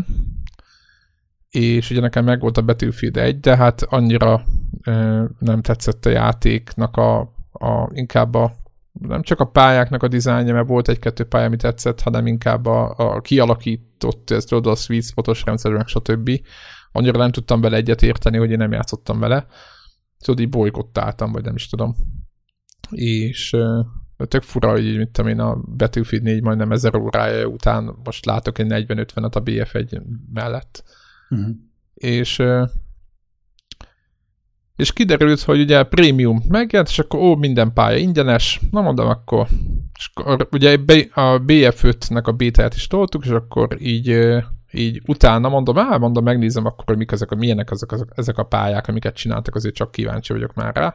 És ugye nekem meg volt a Battlefield egy, de hát annyira ö, nem tetszett a játéknak a, a inkább a nem csak a pályáknak a dizájnja, mert volt egy-kettő pálya, amit tetszett, hanem inkább a, a kialakított, ezt tudod, a sweet spotos rendszer, meg stb. Annyira nem tudtam vele egyet érteni, hogy én nem játszottam vele. Tudod, így bolykottáltam, vagy nem is tudom. És, tök fura, hogy mit tudom én, a Battlefield négy majdnem ezer órája után most látok egy negyven-ötvenet a bé ef egy mellett. Uh-huh. És és kiderült, hogy ugye Premium megjelent, és akkor ó, minden pálya ingyenes, na mondom, akkor, és akkor ugye a bé ef ötnek a bétáját is toltuk, és akkor így, így utána mondom, á, mondom, megnézem akkor, hogy mik ezek, milyenek ezek, ezek a pályák, amiket csináltak, azért csak kíváncsi vagyok már rá.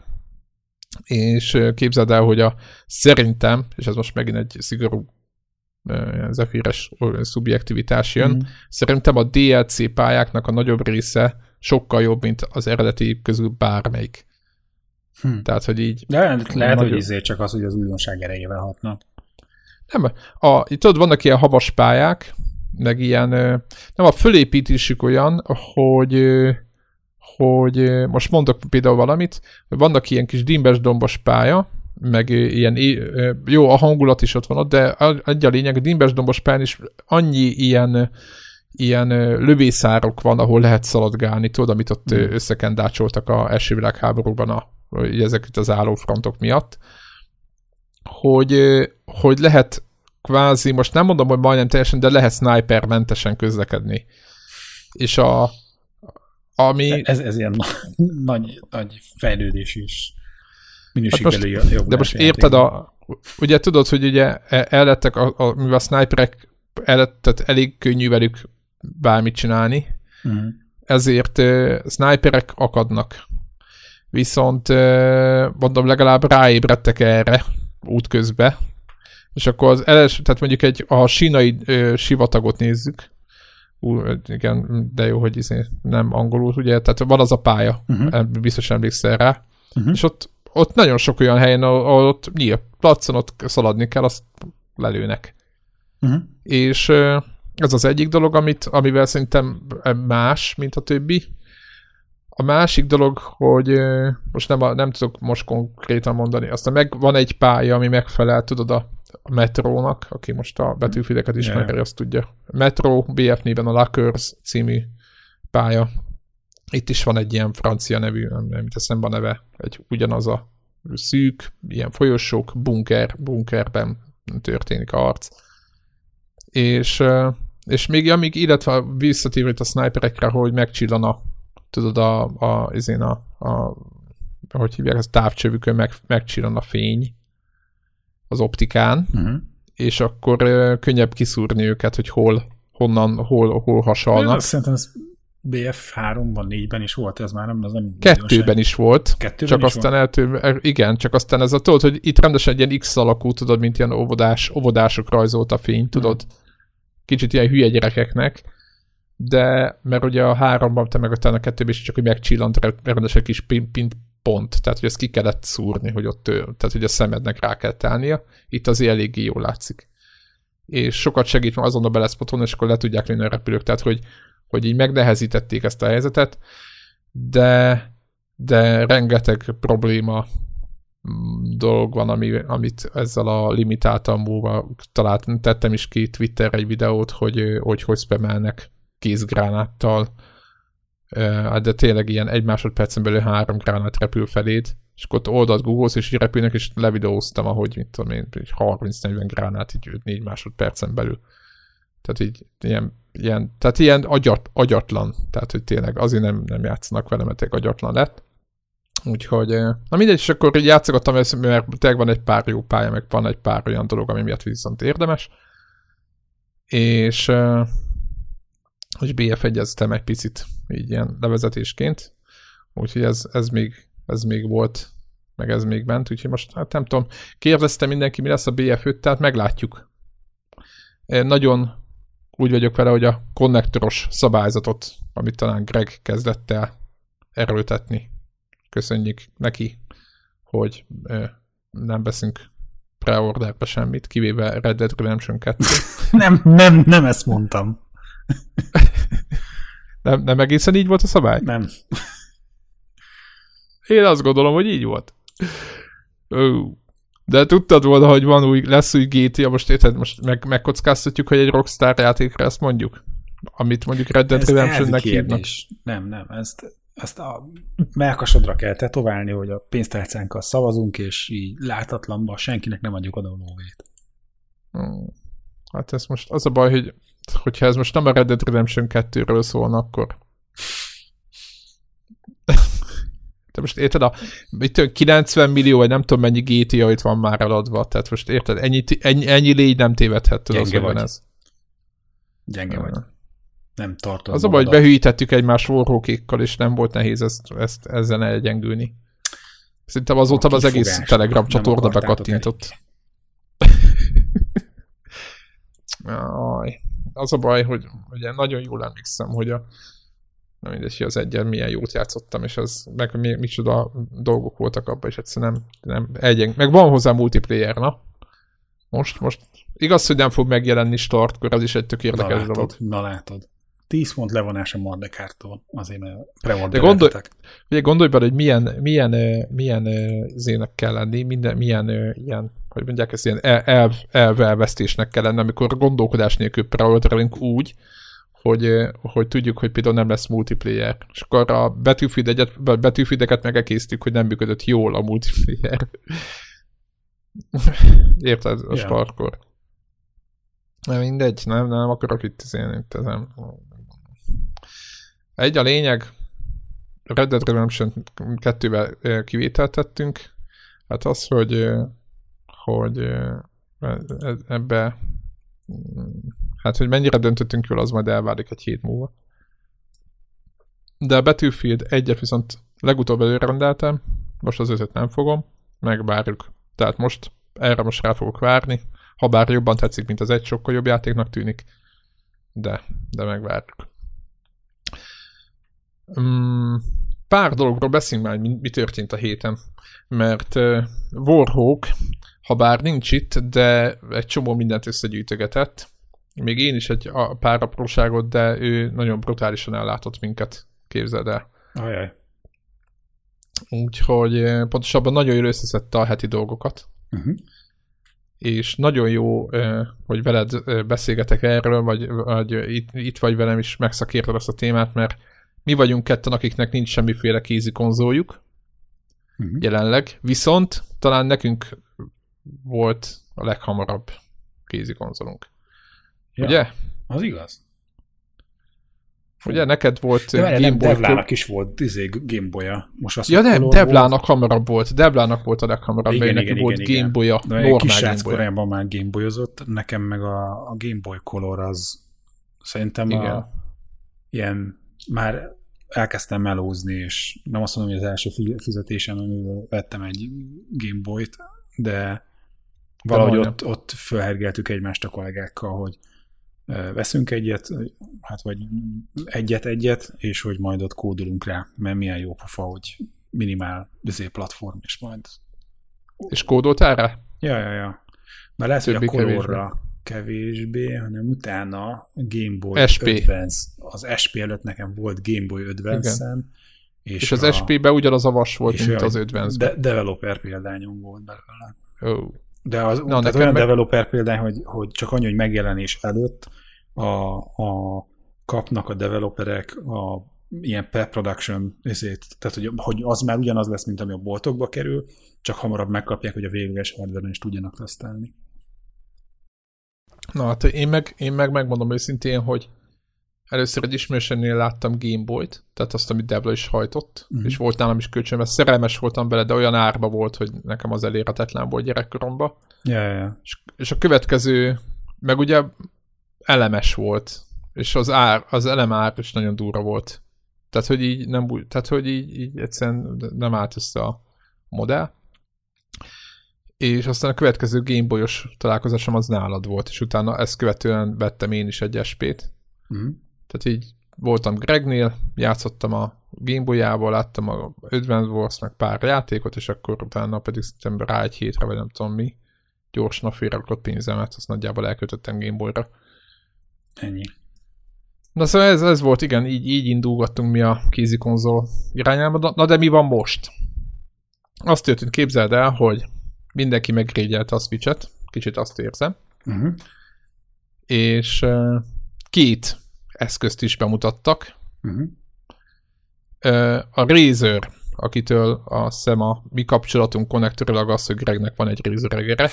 És képzeld el, hogy a szerintem, és ez most megint egy szigorú zefíres szubjektivitás jön, mm. szerintem a dé el cé pályáknak a nagyobb része sokkal jobb, mint az eredeti közül bármelyik. Hm. Tehát, hogy így... De lehet, lehet nagyobb... hogy izé csak az, hogy az újdonság erejével hatnak. Nem, a, tudod, vannak ilyen havas pályák, meg ilyen... Nem, a fölépítésük olyan, hogy... hogy most mondok például valamit, vannak ilyen kis dimbes-dombos pálya, meg ilyen, jó, a hangulat is ott van ott, de egy a lényeg, a dimbes-dombos pályán is annyi ilyen, ilyen lövészárok van, ahol lehet szaladgálni, tudod, amit ott mm. összekendácsoltak a első világháborúban a, ezek itt az állófrontok miatt, hogy, hogy lehet kvázi, most nem mondom, hogy majdnem teljesen, de lehet snipermentesen közlekedni. És a ami... Ez, ez ilyen nagy, nagy fejlődés is. Minőségbeli hát jobb. De most érted, a, ugye tudod, hogy ugye el lettek, a, a, mivel a sniperek el lett, tehát elég könnyű velük bármit csinálni, uh-huh. ezért uh, sniperek akadnak. Viszont uh, mondom, legalább ráébredtek erre útközbe, és akkor az első, tehát mondjuk egy, a sínai uh, sivatagot nézzük, Ú, igen, de jó, hogy izé nem angolul, ugye, tehát van az a pálya, uh-huh. biztos emlékszel rá, uh-huh. és ott, ott nagyon sok olyan helyen, ahol ott nyílt placon, ott szaladni kell, azt lelőnek. Uh-huh. És ez az egyik dolog, amit, amivel szerintem más, mint a többi. A másik dolog, hogy most nem, a, nem tudok most konkrétan mondani, aztán meg van egy pálya, ami megfelel, tudod, a a Metrónak, aki most a betűfileket ismeri, yeah. azt tudja. Metro, bé ef néven a Lakers című pálya. Itt is van egy ilyen francia nevű, nem eszembe a neve, egy ugyanaz a szűk, ilyen folyosók, bunker, bunkerben történik a harc. És, és még amíg, illetve visszatérő itt a sniperekre, hogy megcsillan a, tudod, a, a, izén a, a hogy hívják, az távcsövükön meg, megcsillan a fény az optikán, uh-huh. és akkor uh, könnyebb kiszúrni őket, hogy hol, honnan, hol, hol hasalnak. Szerintem ez bé ef háromban, négyben is volt, ez már nem, az nem Kettőben is volt. Kettőben csak is aztán eltő, igen, csak aztán ez a, tudod, hogy itt rendesen egy ilyen X alakú, tudod, mint ilyen óvodás, óvodások rajzolt a fény, tudod? Uh-huh. Kicsit ilyen hülye gyerekeknek, de mert ugye a háromban, te meg a kettőben is csak, hogy megcsillant rendesen kis pint pont, tehát hogy ezt ki kellett szúrni, hogy ott, tehát hogy a szemednek rá kell állnia. Itt azért eléggé jól látszik. És sokat segít, mert azonnal beleszpotolni, és akkor le tudják lőni a repülők, tehát hogy, hogy így megnehezítették ezt a helyzetet, de, de rengeteg probléma dolog van, ami, amit ezzel a limitáltan múlva talált, tettem is ki Twitterre egy videót, hogy hogy, hogy spamelnek kézgránáttal, de tényleg ilyen egy másodpercen belül három gránát repül feléd, és akkor ott oldalt googolsz, és így repülnek, és levideóztam, ahogy mit tudom én, harminc-negyven gránát így négy másodpercen belül. Tehát így ilyen, ilyen, tehát ilyen agyat, agyatlan, tehát hogy tényleg azért nem, nem játszanak vele, mert tényleg agyatlan lett. Úgyhogy, na mindegy, és akkor így játszogattam, mert tényleg van egy pár jó pálya, meg van egy pár olyan dolog, ami miatt viszont érdemes. És hogy bé ef egyeztem egy picit így ilyen levezetésként, úgyhogy ez, ez, még, ez még volt, meg ez még ment, úgyhogy most hát nem tudom, kérdezte mindenki, mi lesz a bé ef öt, tehát meglátjuk. Én nagyon úgy vagyok vele, hogy a konnektoros szabályzatot, amit talán Greg kezdett el erőltetni, köszönjük neki, hogy nem veszünk preorderbe semmit, kivéve Red Dead Redemption kettő. nem, nem, nem ezt mondtam. Nem, nem egészen így volt a szabály? Nem. Én azt gondolom, hogy így volt. Ó. De tudtad volna, hogy van új, lesz új gé té á, most érted, most meg, megkockáztatjuk, hogy egy Rockstar játékra ezt mondjuk? Amit mondjuk Red Dead Redemption-nek hívnak. Nem, nem, ezt ezt a melkasodra kell tetoválni, hogy a pénztárcánkkal szavazunk, és így látatlanban senkinek nem adjuk oda a lóvét. Hmm. Hát ez most az a baj, hogy hogyha ez most nem a Red Dead Redemption kettőről szólna, akkor te most érted, a mit kilencven millió, vagy nem tudom mennyi gé té á itt van már eladva, tehát most érted, ennyi, ennyi, ennyi légy nem tévedhet, tudod, Gyenge hogy vagy. ez. Gyenge vagy. Nem tartod. Az a baj, hogy behűítettük egymás forrókékkal, és nem volt nehéz ezt, ezt ezzel elgyengülni. Szerintem azóta az egész Telegram csatorna bekattintott. Aj, az a baj, hogy ugye nagyon jól emlékszem, hogy a nem mindegy, hogy az egyen milyen jót játszottam, és az meg mi, micsoda dolgok voltak abban, és egyszerűen nem, nem egyeng. Meg van hozzá multiplayer, na? Most, most. Igaz, hogy nem fog megjelenni startkor, ez is egy tök érdekes na, dolog. látod, na látod. tíz pont levonás a Mardekártól, azért mert De gondolj, ugye gondolj bele, hogy milyen, milyen, milyen zének kell lenni, minden, milyen ilyen, hogy mondják ezt, ilyen elv, elvelvesztésnek kell lenni, amikor gondolkodás nélkül preorderelünk úgy, hogy, hogy tudjuk, hogy például nem lesz multiplayer. És akkor a Battlefield egyet, Battlefield-eket megekésztük, hogy nem működött jól a multiplayer. Érted? A yeah. Startkor. Nem mindegy, nem, nem akarok itt izélni. Nem. Egy a lényeg, Red Dead Redemption kettővel kivételt tettünk. Hát az, hogy, hogy ebbe hát, hogy mennyire döntöttünk jól, az majd elválik egy hét múlva. De a Battlefield egyet viszont legutóbb előrendeltem, most az ötöt nem fogom, megvárjuk. Tehát most, erre most rá fogok várni, ha bár jobban tetszik, mint az egy, sokkal jobb játéknak tűnik, de, de megvárjuk. Um, pár dologról beszéljünk már, mi, mi történt a héten, mert uh, Warhawk, ha bár nincs itt, de egy csomó mindent összegyűjtögetett. Még én is egy a, pár apróságot, de ő nagyon brutálisan ellátott minket, képzeld el. Ajaj. Úgyhogy pontosabban nagyon jól összeszedte a heti dolgokat. Uh-huh. És nagyon jó, hogy veled beszélgetek erről, vagy, vagy itt, itt vagy velem is megszakérted ezt a témát, mert mi vagyunk ketten, akiknek nincs semmiféle kézi konzoljuk uh-huh. jelenleg, viszont talán nekünk volt a leghamarabb kézi konzolunk. Ja, ugye? Az igaz. Ugye neked volt Game Boy... Devlának is volt izé, Game Boy-a. Most azt ja nem, Devlának hamarabb volt. Devlának volt a leghamarabb, igen, neki igen, volt igen, Game Boy-a, normál Game Boy-a. Korában már Game Boy-ozott, nekem meg a, a Game Boy Color az szerintem igen. a ilyen már elkezdtem melózni, és nem azt mondom, hogy az első fizetésem, amivel vettem egy Game Boy-t, de valahogy de ott, ott fölhergeltük egymást a kollégákkal, hogy veszünk egyet, hát vagy egyet-egyet, és hogy majd ott kódolunk rá, mert milyen jó pofa, hogy minimál bizé platform, és majd... És kódoltál rá? Ja, ja, ja. Mert lesz, hogy a Colorra kevésbé, hanem utána Game Boy es pé. Advance. Az es pé előtt nekem volt Game Boy Advance-en. És, és az a... es pé-ben ugyanaz a vas volt, mint az Advance-ben. De- developer példányom volt belőle. Oh. De az Na, tehát olyan meg... developer példány, hogy, hogy csak annyi, hogy megjelenés előtt a, a kapnak a developerek a ilyen pre-production ezért, tehát hogy, hogy az már ugyanaz lesz, mint ami a boltokba kerül, csak hamarabb megkapják, hogy a végleges hardware-en is tudjanak tesztelni. Na hát én meg, én meg megmondom őszintén, hogy először egy ismerősömnél láttam Game Boy-t, tehát azt, amit Devla is hajtott, mm-hmm. és volt nálam is kölcsön, mert szerelmes voltam bele, de olyan árba volt, hogy nekem az elérhetetlen volt gyerekkoromban. Ja, ja, ja. És, és a következő, meg ugye elemes volt, és az ár, az elemár is nagyon durva volt. Tehát, hogy így nem úgy, tehát, hogy így, így egyszerűen nem állt össze a modell. És aztán a következő Game Boy-os találkozásom az nálad volt, és utána ezt követően vettem én is egy es pét. Mm. Tehát így voltam Gregnél, játszottam a Game Boy-jával, láttam a Advance Wars, meg pár játékot, és akkor utána pedig szerintem rá egy hétre, vagy nem tudom mi, gyorsan a félrerakott pénzemet, azt nagyjából elköltöttem Game Boy-ra. Ennyi. Na szóval ez, ez volt, igen, így, így indulgattunk mi a kézi konzol irányába. Na de mi van most? Azt történt, képzeld el, hogy mindenki megrégyelte a Switch-et, kicsit azt érzem, uh-huh. és uh, két eszközt is bemutattak. Uh-huh. A Razer, akitől azt hiszem a mi kapcsolatunk konnektorilag az, hogy Gregnek van egy Razer egere.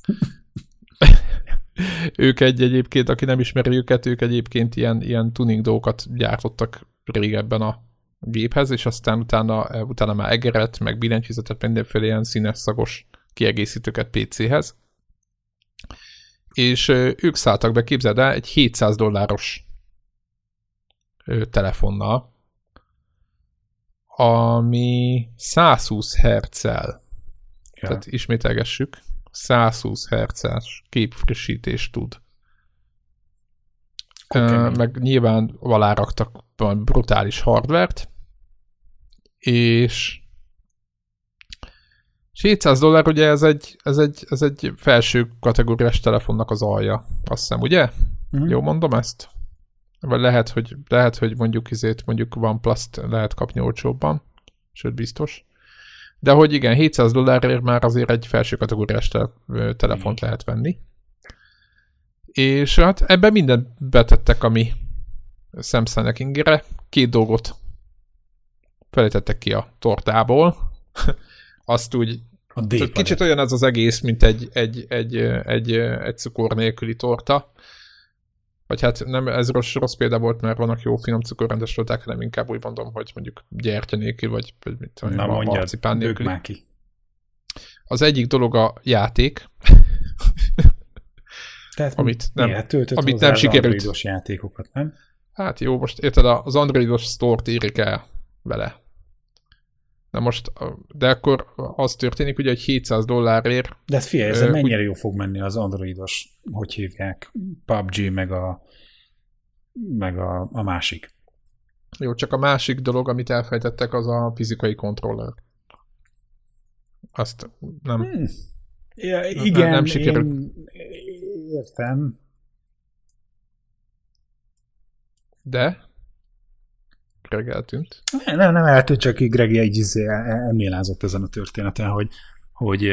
Ők egy egyébként, aki nem ismeri őket, ők egyébként ilyen, ilyen tuning dolgokat gyártottak régebben a géphez, és aztán utána, utána már egeret, meg billentyűzetet, mindenféle ilyen színes szagos kiegészítőket pé céhez. És ők szálltak be, képzeld el, egy hétszáz dolláros telefonnal, ami százhúsz hertzel, ja. Tehát ismételgessük, százhúsz hertzes képfrissítést tud. Uh, meg nyilván aláraktak brutális hardvert, és hétszáz dollár, ugye ez egy, ez egy, ez egy felső kategóriás telefonnak az alja, azt hiszem, ugye? Uh-huh. Jó mondom ezt? Vagy lehet, hogy, lehet, hogy mondjuk izét, mondjuk OnePlus-t lehet kapni olcsóbban, sőt biztos. De hogy igen, hétszáz dollárért már azért egy felső kategóriás te- telefont mm. lehet venni. És hát ebben mindent betettek, ami Samsungnek ingére. Két dolgot felejtettek ki a tortából. Azt úgy, kicsit olyan az az egész, mint egy, egy, egy, egy, egy cukor nélküli torta. Vagy hát nem, ez rossz, rossz példa volt, mert vannak jó finom cukorrendes torták, hanem inkább úgy mondom, hogy mondjuk gyertya nélkül, vagy, vagy mit tudom, na mondjad, marcipán nélkül. Már ki. Az egyik dolog a játék, tehát amit nem, amit nem sikerült. Androidos játékokat, nem? Hát jó, most érted, az androidos store-t írjuk el vele. Na most, de akkor az történik, ugye, hogy hétszáz dollárért... De ez figyelj, ez mennyire úgy, jó fog menni az androidos, hogy hívják, pé u bé gé, meg a, meg a, a másik. Jó, csak a másik dolog, amit elfejtettek, az a fizikai kontroller. Azt nem... Hmm. Ja, igen, nem, nem sikerült. Én értem. De... Greg eltűnt. Nem, nem, nem eltűnt, csak Greg egy elmélázott ezen a történeten, hogy, hogy,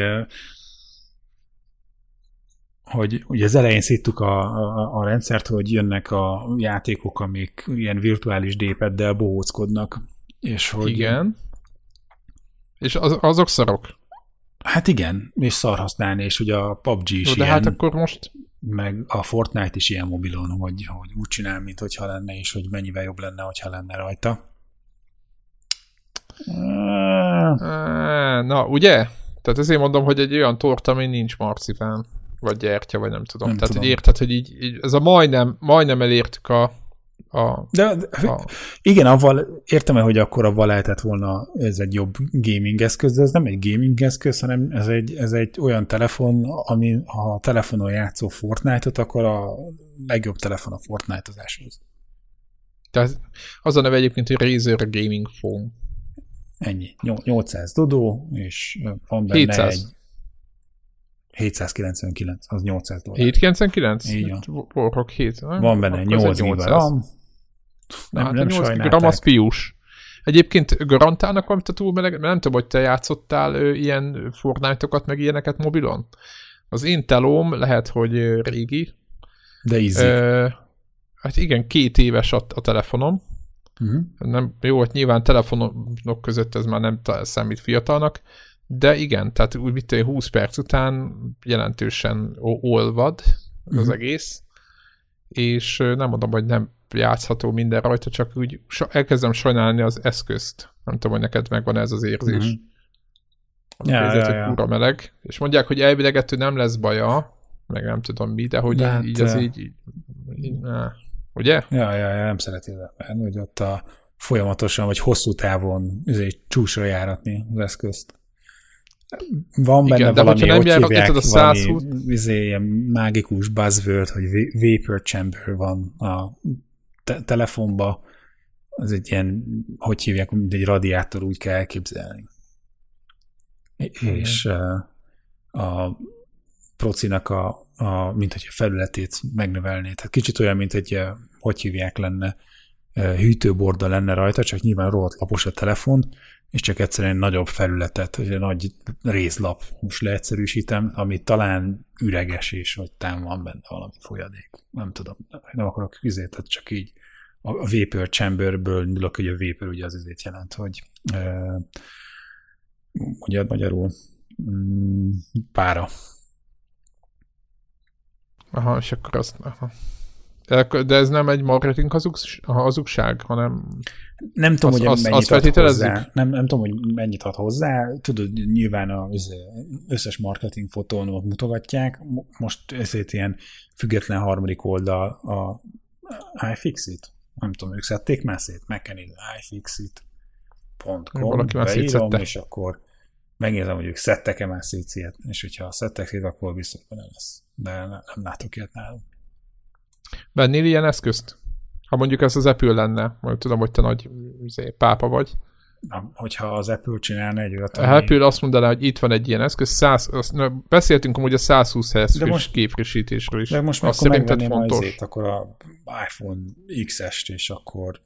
hogy ugye az elején szittuk a, a, a rendszert, hogy jönnek a játékok, amik ilyen virtuális dépeddel bohóckodnak. És hogy... Igen. És az, azok szarok. Hát igen, és szar használni, és ugye a pé u bé gé is jó, de ilyen, hát akkor most... meg a Fortnite is ilyen mobilon, hogy, hogy úgy csinál, mint hogyha lenne, és hogy mennyivel jobb lenne, hogyha lenne rajta. Na, ugye? Tehát ezért mondom, hogy egy olyan torta, ami nincs marcipán, vagy gyertya, vagy nem tudom. Nem Tehát, tudom. Hogy érted, hogy így, így ez a majdnem, majdnem elértük a A, de, de a... igen, avval értem el, hogy akkor avval lehetett volna ez egy jobb gaming eszköz, de ez nem egy gaming eszköz, hanem ez egy, ez egy olyan telefon, ami ha a telefonon játszó Fortnite-ot, akkor a legjobb telefon a Fortnite-ozáshoz. Tehát az a neve egyébként, hogy Razer Gaming Phone. Ennyi. nyolcszáz dodó, és van benne hétszáz. Egy hétszázkilencvenkilenc, az nyolcszáz dollár. hétszázkilencvenkilenc? Igen. Borok hét. Van benne nyolc giga RAM. Nem, hát nem sajnálták. RAM az fiús. Egyébként garantálnak valamit a túlmeleg? Mert nem tudom, hogy te játszottál ö, ilyen Fortnite-okat, meg ilyeneket mobilon? Az én telóm lehet, hogy ö, régi. De easy. Ö, hát igen, két éves a, a telefonom. Uh-huh. Nem, jó, hogy nyilván telefonok között ez már nem számít fiatalnak, de igen, tehát úgy mit tudom, húsz perc után jelentősen olvad az uh-huh. egész, és nem mondom, hogy nem játszható minden rajta, csak úgy elkezdem sajnálni az eszközt. Nem tudom, hogy neked megvan ez az érzés. Uh-huh. Ja, érzés, ja, hogy kúra meleg. És mondják, hogy elvileg ettől nem lesz baja, meg nem tudom mi, de hogy de így, így az így, így, így ne. Ugye? Ja, ja, ja, nem szereti venni, hogy ott a folyamatosan, vagy hosszú távon csúcsra járatni az eszközt. Van benne igen, valami, nem hogy hívják, a valami izé, ilyen mágikus buzzword, hogy vapor chamber van a te- telefonba. Az egy ilyen, hogy hívják, mint egy radiátor, úgy kell elképzelni. Mm-hmm. És uh, a procinak a, a mint hogy a felületét megnövelné. Tehát kicsit olyan, mint egy, hogy hívják lenne, hűtőborda lenne rajta, csak nyilván rohadt lapos a telefon, és csak egyszerűen nagyobb felületet, egy nagy rézlap, most leegyszerűsítem, ami talán üreges, és hogy tám van benne valami folyadék. Nem tudom, nem akarok üzét, csak így a vapor chamberből nyúlok, hogy a vapor ugye az azért jelent, hogy uh, mondjad magyarul, mm, pára. Aha, és akkor azt... Aha. De ez nem egy marketing hazugság, hanem... Nem tudom, az, hogy az, mennyit ad hozzá. Nem, nem tudom, hogy mennyit ad hozzá. Tudod, nyilván az összes marketing fotón mutogatják. Most ezért ilyen független harmadik oldal a iFixit. Nem tudom, ők szedték már szét. Meg kell nézni iFixit pont com, beírom, és akkor megnézem, hogy ők szedtek-e már szét ilyet. És hogyha szedtek szét, akkor biztos benne lesz. De nem, nem látok ilyet nálunk. Vennél ilyen eszközt? Ha mondjuk ez az Apple lenne, majd tudom, hogy te nagy azért, pápa vagy. Na, hogyha az Apple csinálna egy olyat, ami... Apple azt mondaná, hogy itt van egy ilyen eszköz, száz, azt, na, beszéltünk amúgy a száz húsz hertz képfrissítésről is. De most már akkor megvenném azért, akkor a iPhone iksz est, és akkor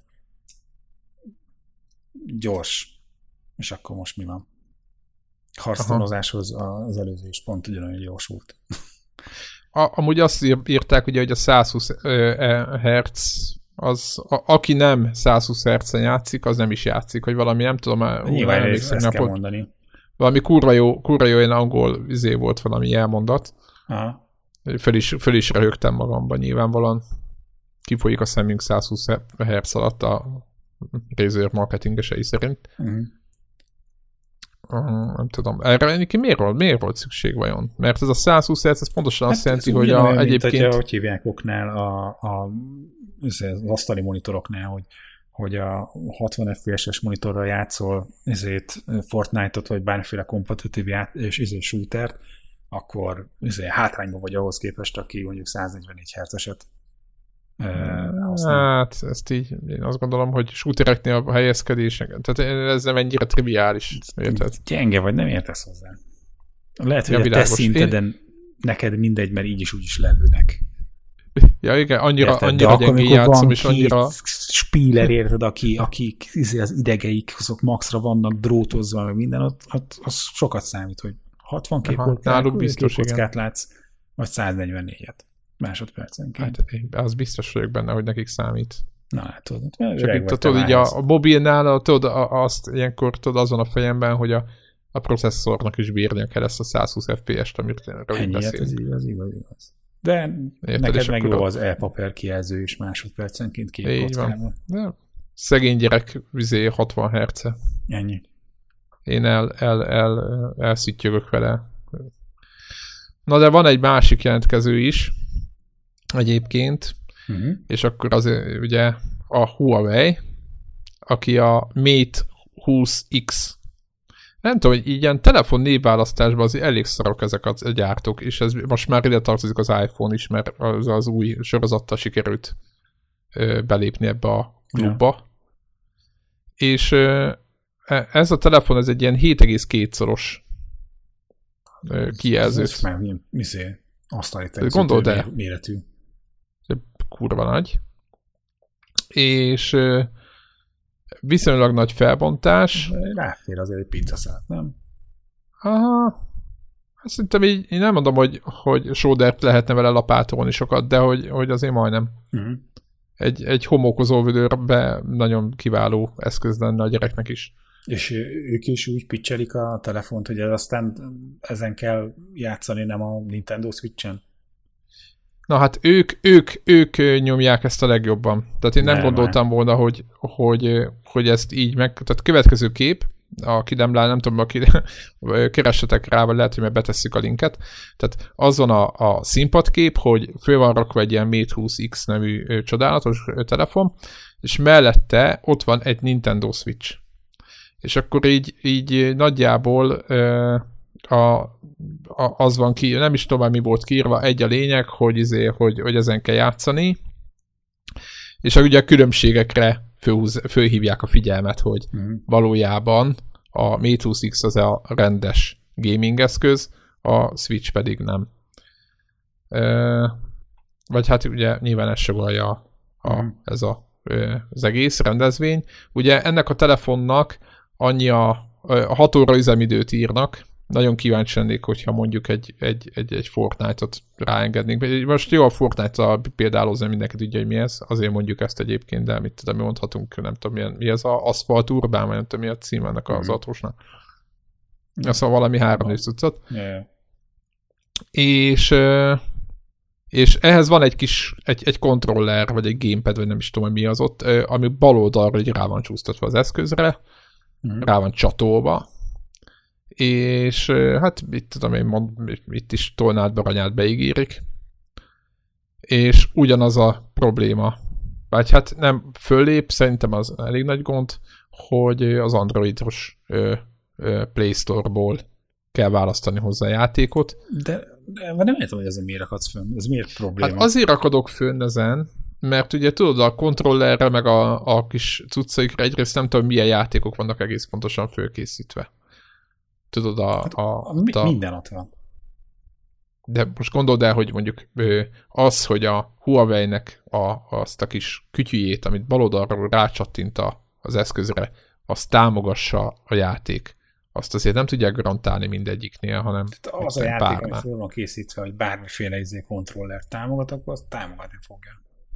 gyors. És akkor most mi van? Harctanozáshoz az előző is pont ugyanolyan gyors volt. A, amúgy azt írták, ugye, hogy a száz húsz hertz, az, a, aki nem száz húsz hertzen játszik, az nem is játszik, hogy valami, nem tudom, nyilván ezt, ezt kell mondani. Valami kurva jó, kurva jó, ilyen angol izé volt valami elmondat. Aha. Föl is, föl is röhögtem magamban nyilvánvalóan. Kifolyik a szemünk száz húsz hertz alatt a Razer marketingesei szerint. Uh-huh. Uh, nem tudom. Erre neki miért volt, miért volt szükség vajon? Mert ez a száz húsz hertz, ez pontosan hát azt jelenti, hogy a, mint, egyébként... Mint, hogy hívják oknál a, a, az asztali monitoroknál, hogy, hogy a hatvan ef pé es-es monitorral játszol ezért Fortnite-ot, vagy bármiféle kompetitív ját, és ezért shootert, akkor ezért hátrányban vagy ahhoz képest, aki mondjuk száz negyvennégy hertzeset használ. Hát, ezt így, én azt gondolom, hogy shootereknél a helyezkedések, tehát ez nem ennyire triviális. Érted? Gyenge vagy, nem értesz hozzá. Lehet, hogy ja, a te szinteden én... neked mindegy, mert így is úgy is lelőnek. Ja, igen, annyira, annyira gyengén játszom, és annyira... spíler, érted, aki, akik az idegeik, azok maxra vannak drótozva, meg minden, ott, ott az sokat számít, hogy hatvankét kockát látsz, vagy száz negyvennégyet másodpercenként. Hát az biztos vagyok benne, hogy nekik számít. Na, hát tudod. Tudod, így a, a mobilnál, tudod, azt ilyenkor tudod azon a fejemben, hogy a, a processzornak is bírnia kell ezt a száz húsz ef pé est, amit rövid beszélünk. Ez igaz, igaz, igaz. De érted, neked meg jó az e-papír kijelző is másodpercenként két kockában. Szegény gyerek vizé hatvan hertze. Ennyi. Én el, el, el, elszüttyögök vele. Na de van egy másik jelentkező is, egyébként, uh-huh. és akkor az ugye a Huawei, aki a Mate húsz X. Nem tudom, hogy így ilyen telefon névválasztásban azért elég szarok ezek a gyártók, és ez most már ide tartozik az iPhone is, mert az, az új sorozattal sikerült ö, belépni ebbe a klubba. Ja. És ö, ez a telefon, ez egy ilyen hét egész két-szoros kijelzőt. Ez már milyen, miszé, asztali teljesítő méretű. Kurva nagy. És viszonylag nagy felbontás. Ráfér azért egy pizzaszát, nem? Aha. Szerintem így, én nem mondom, hogy, hogy sódert lehetne vele lapátolni sokat, de hogy, hogy azért majdnem. Uh-huh. Egy, egy homókozó vödörbe nagyon kiváló eszköz lenne a gyereknek is. És ők is úgy pitchelik a telefont, hogy aztán ezen kell játszani, nem a Nintendo Switch-en? Na hát ők, ők, ők nyomják ezt a legjobban. Tehát én nem, nem gondoltam már. volna, hogy, hogy, hogy ezt így meg... Tehát következő kép, aki nem lát, nem tudom, aki keressetek rá, vagy lehet, hogy meg betesszük a linket. Tehát azon a, a színpadkép, hogy föl van rakva egy ilyen Mate húsz X nevű csodálatos telefon, és mellette ott van egy Nintendo Switch. És akkor így, így nagyjából a, a, az van ki, nem is tudom, mi volt kiírva, egy a lényeg, hogy, izé, hogy, hogy ezen kell játszani, és ugye a különbségekre fölhúz, fölhívják a figyelmet, hogy mm. valójában a Mate húsz X az a rendes gaming eszköz, a Switch pedig nem. E, vagy hát ugye nyilván ez sugallja a, mm. ez a, az egész rendezvény. Ugye ennek a telefonnak annyi a, a hat óra üzemidőt írnak, nagyon kíváncsi lennék, hogyha mondjuk egy, egy, egy, egy Fortnite-ot ráengednénk. Most jó a Fortnite-a példálozni, mindenki tudja, hogy mi ez, azért mondjuk ezt egyébként, de mit tudom, mi mondhatunk, nem tudom, milyen, mi ez a Asphalt Urbán, vagy nem tudom, mi a cím ennek az autósnak. Ez szóval valami három név cuccot. Yeah. És, és ehhez van egy kis, egy, egy kontroller, vagy egy gamepad, vagy nem is tudom, hogy mi az ott, ami bal oldalra így rá van csúsztatva az eszközre, mm. rá van csatolva, és hát itt tudom én, mond, itt is tolnád baranyát beígérik, és ugyanaz a probléma, vagy hát nem föllép, szerintem az elég nagy gond, hogy az androidos ö, ö, Play Store-ból kell választani hozzá a játékot. De, de nem értem, hogy ezen miért akadsz fönn, ez miért probléma? Hát azért akadok fönn ezen, mert ugye tudod, a kontrollerre meg a, a kis cuccaikra egyrészt nem tudom, milyen játékok vannak egész pontosan fölkészítve. Tudod, a... Hát, a, a, a minden ott van. De most gondold el, hogy mondjuk az, hogy a Huawei-nek a, azt a kis kütyüjét, amit baloldalról rácsattint az eszközre, azt támogassa a játék. Azt azért nem tudják garantálni mindegyiknél, hanem tehát az a játék, ami föl van készítve, hogy bármiféle izé kontroller támogat, akkor azt támogatni fogja.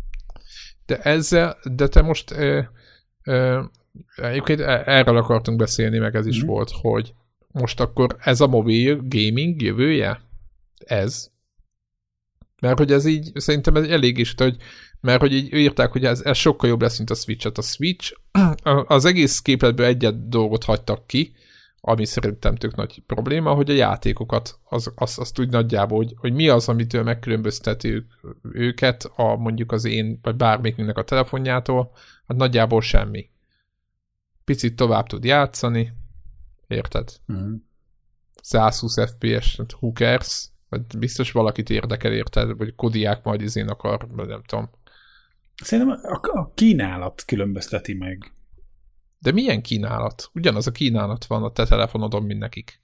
De ezzel, de te most ö, ö, egyébként erről akartunk beszélni, meg ez is mm-hmm. volt, hogy most akkor ez a mobil gaming jövője? Ez. Mert hogy ez így, szerintem ez elég is, hogy, mert hogy így írták, hogy ez, ez sokkal jobb lesz, mint a Switch-et. A Switch az egész képletből egyet dolgot hagytak ki, ami szerintem tök nagy probléma, hogy a játékokat, az, az, azt úgy nagyjából, hogy, hogy mi az, amitől megkülönbözteti ők, őket, a, mondjuk az én, vagy bármelyiknek a telefonjától, hát nagyjából semmi. Picit tovább tud játszani, érted? Mm. száz húsz ef pé es, who cares? Vagy biztos valakit érdekel, érted? Vagy Kodiák majd izén akar, vagy nem tudom. Szerintem a, a kínálat különbözteti meg. De milyen kínálat? Ugyanaz a kínálat van a te telefonodon, mint nekik.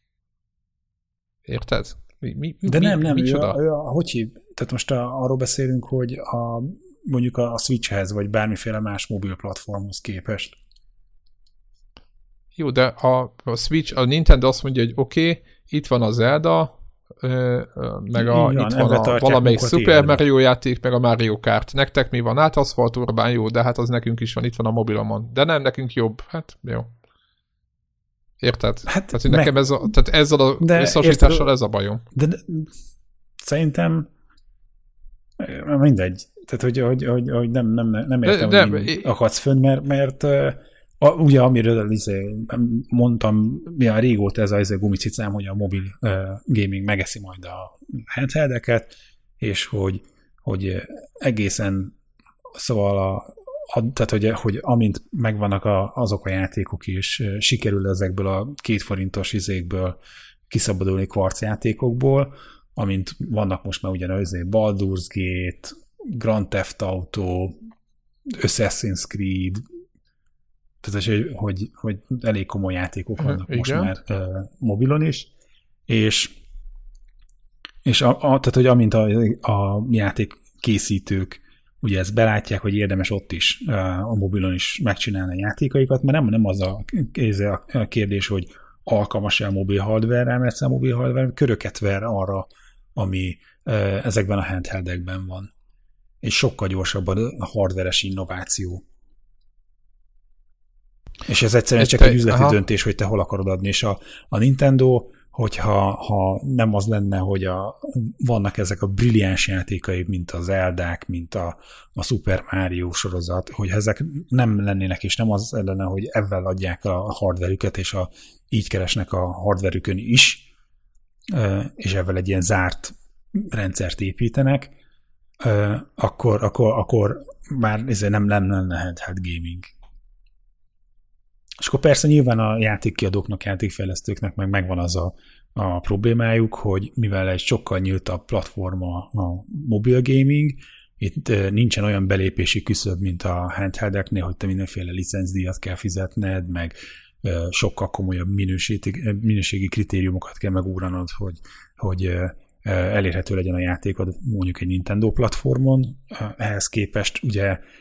Érted? Mi, mi, De mi, nem, nem, mi ő a, ő a, hogy hív? Tehát most a, arról beszélünk, hogy a, mondjuk a, a Switchhez, vagy bármiféle más mobil platformhoz képest. Jó, de a, a Switch, a Nintendo azt mondja, hogy oké, okay, itt van a Zelda, ö, ö, meg a, Igen, itt van a valamelyik Super Mario játék, meg a Mario Kart. Nektek mi van? Hát Asphalt Urbán jó, de hát az nekünk is van, itt van a mobilomon. De nem, nekünk jobb. Hát jó. Érted? Hát tehát, nekem ez a, tehát ezzel a összehasonlítással ez a bajom. De, de szerintem mindegy. Tehát, hogy, hogy, hogy, hogy nem, nem, nem értem, de, hogy de, akadsz fönn, mert, mert a, ugye, amiről izé, mondtam, milyen régóta ez a izé, gumicicám, hogy a mobil uh, gaming megeszi majd a handheldeket, és hogy, hogy egészen szóval a, a, tehát, hogy, hogy amint megvannak a, azok a játékok is, sikerül ezekből a két forintos izékből kiszabadulni kvarc játékokból, amint vannak most már ugyanaz Baldur's Gate, Grand Theft Auto, Assassin's Creed, tehát, hogy, hogy, hogy elég komoly játékok vannak uh, most igen. már uh, mobilon is, és, és a, a, tehát, hogy amint a, a játék készítők ugye ezt belátják, hogy érdemes ott is uh, a mobilon is megcsinálni a játékaikat, mert nem, nem az a, a kérdés, hogy alkalmas-e a mobil hardware-rel, mert a mobil hardware köröket ver arra, ami uh, ezekben a handheldekben van. És sokkal gyorsabb a hardveres innováció. És ez egyszerűen csak te, egy üzleti aha. döntés, hogy te hol akarod adni. És a, a Nintendo, hogyha ha nem az lenne, hogy a, vannak ezek a brilliáns játékai, mint az Zeldák, mint a, a Super Mario sorozat, hogy ezek nem lennének, és nem az lenne, hogy ezzel adják a hardverüket, és a, így keresnek a hardverükön is, és ezzel egy ilyen zárt rendszert építenek, akkor, akkor, akkor már ezért nem lenne handheld gaming. És akkor persze nyilván a játékkiadóknak, játékfejlesztőknek meg megvan az a, a problémájuk, hogy mivel egy sokkal nyíltabb platforma a mobile gaming, itt nincsen olyan belépési küszöb, mint a handheldeknél, hogy te mindenféle licencdíjat kell fizetned, meg sokkal komolyabb minőségi, minőségi kritériumokat kell megúranod, hogy, hogy elérhető legyen a játékod mondjuk egy Nintendo platformon. Ehhez képest ugye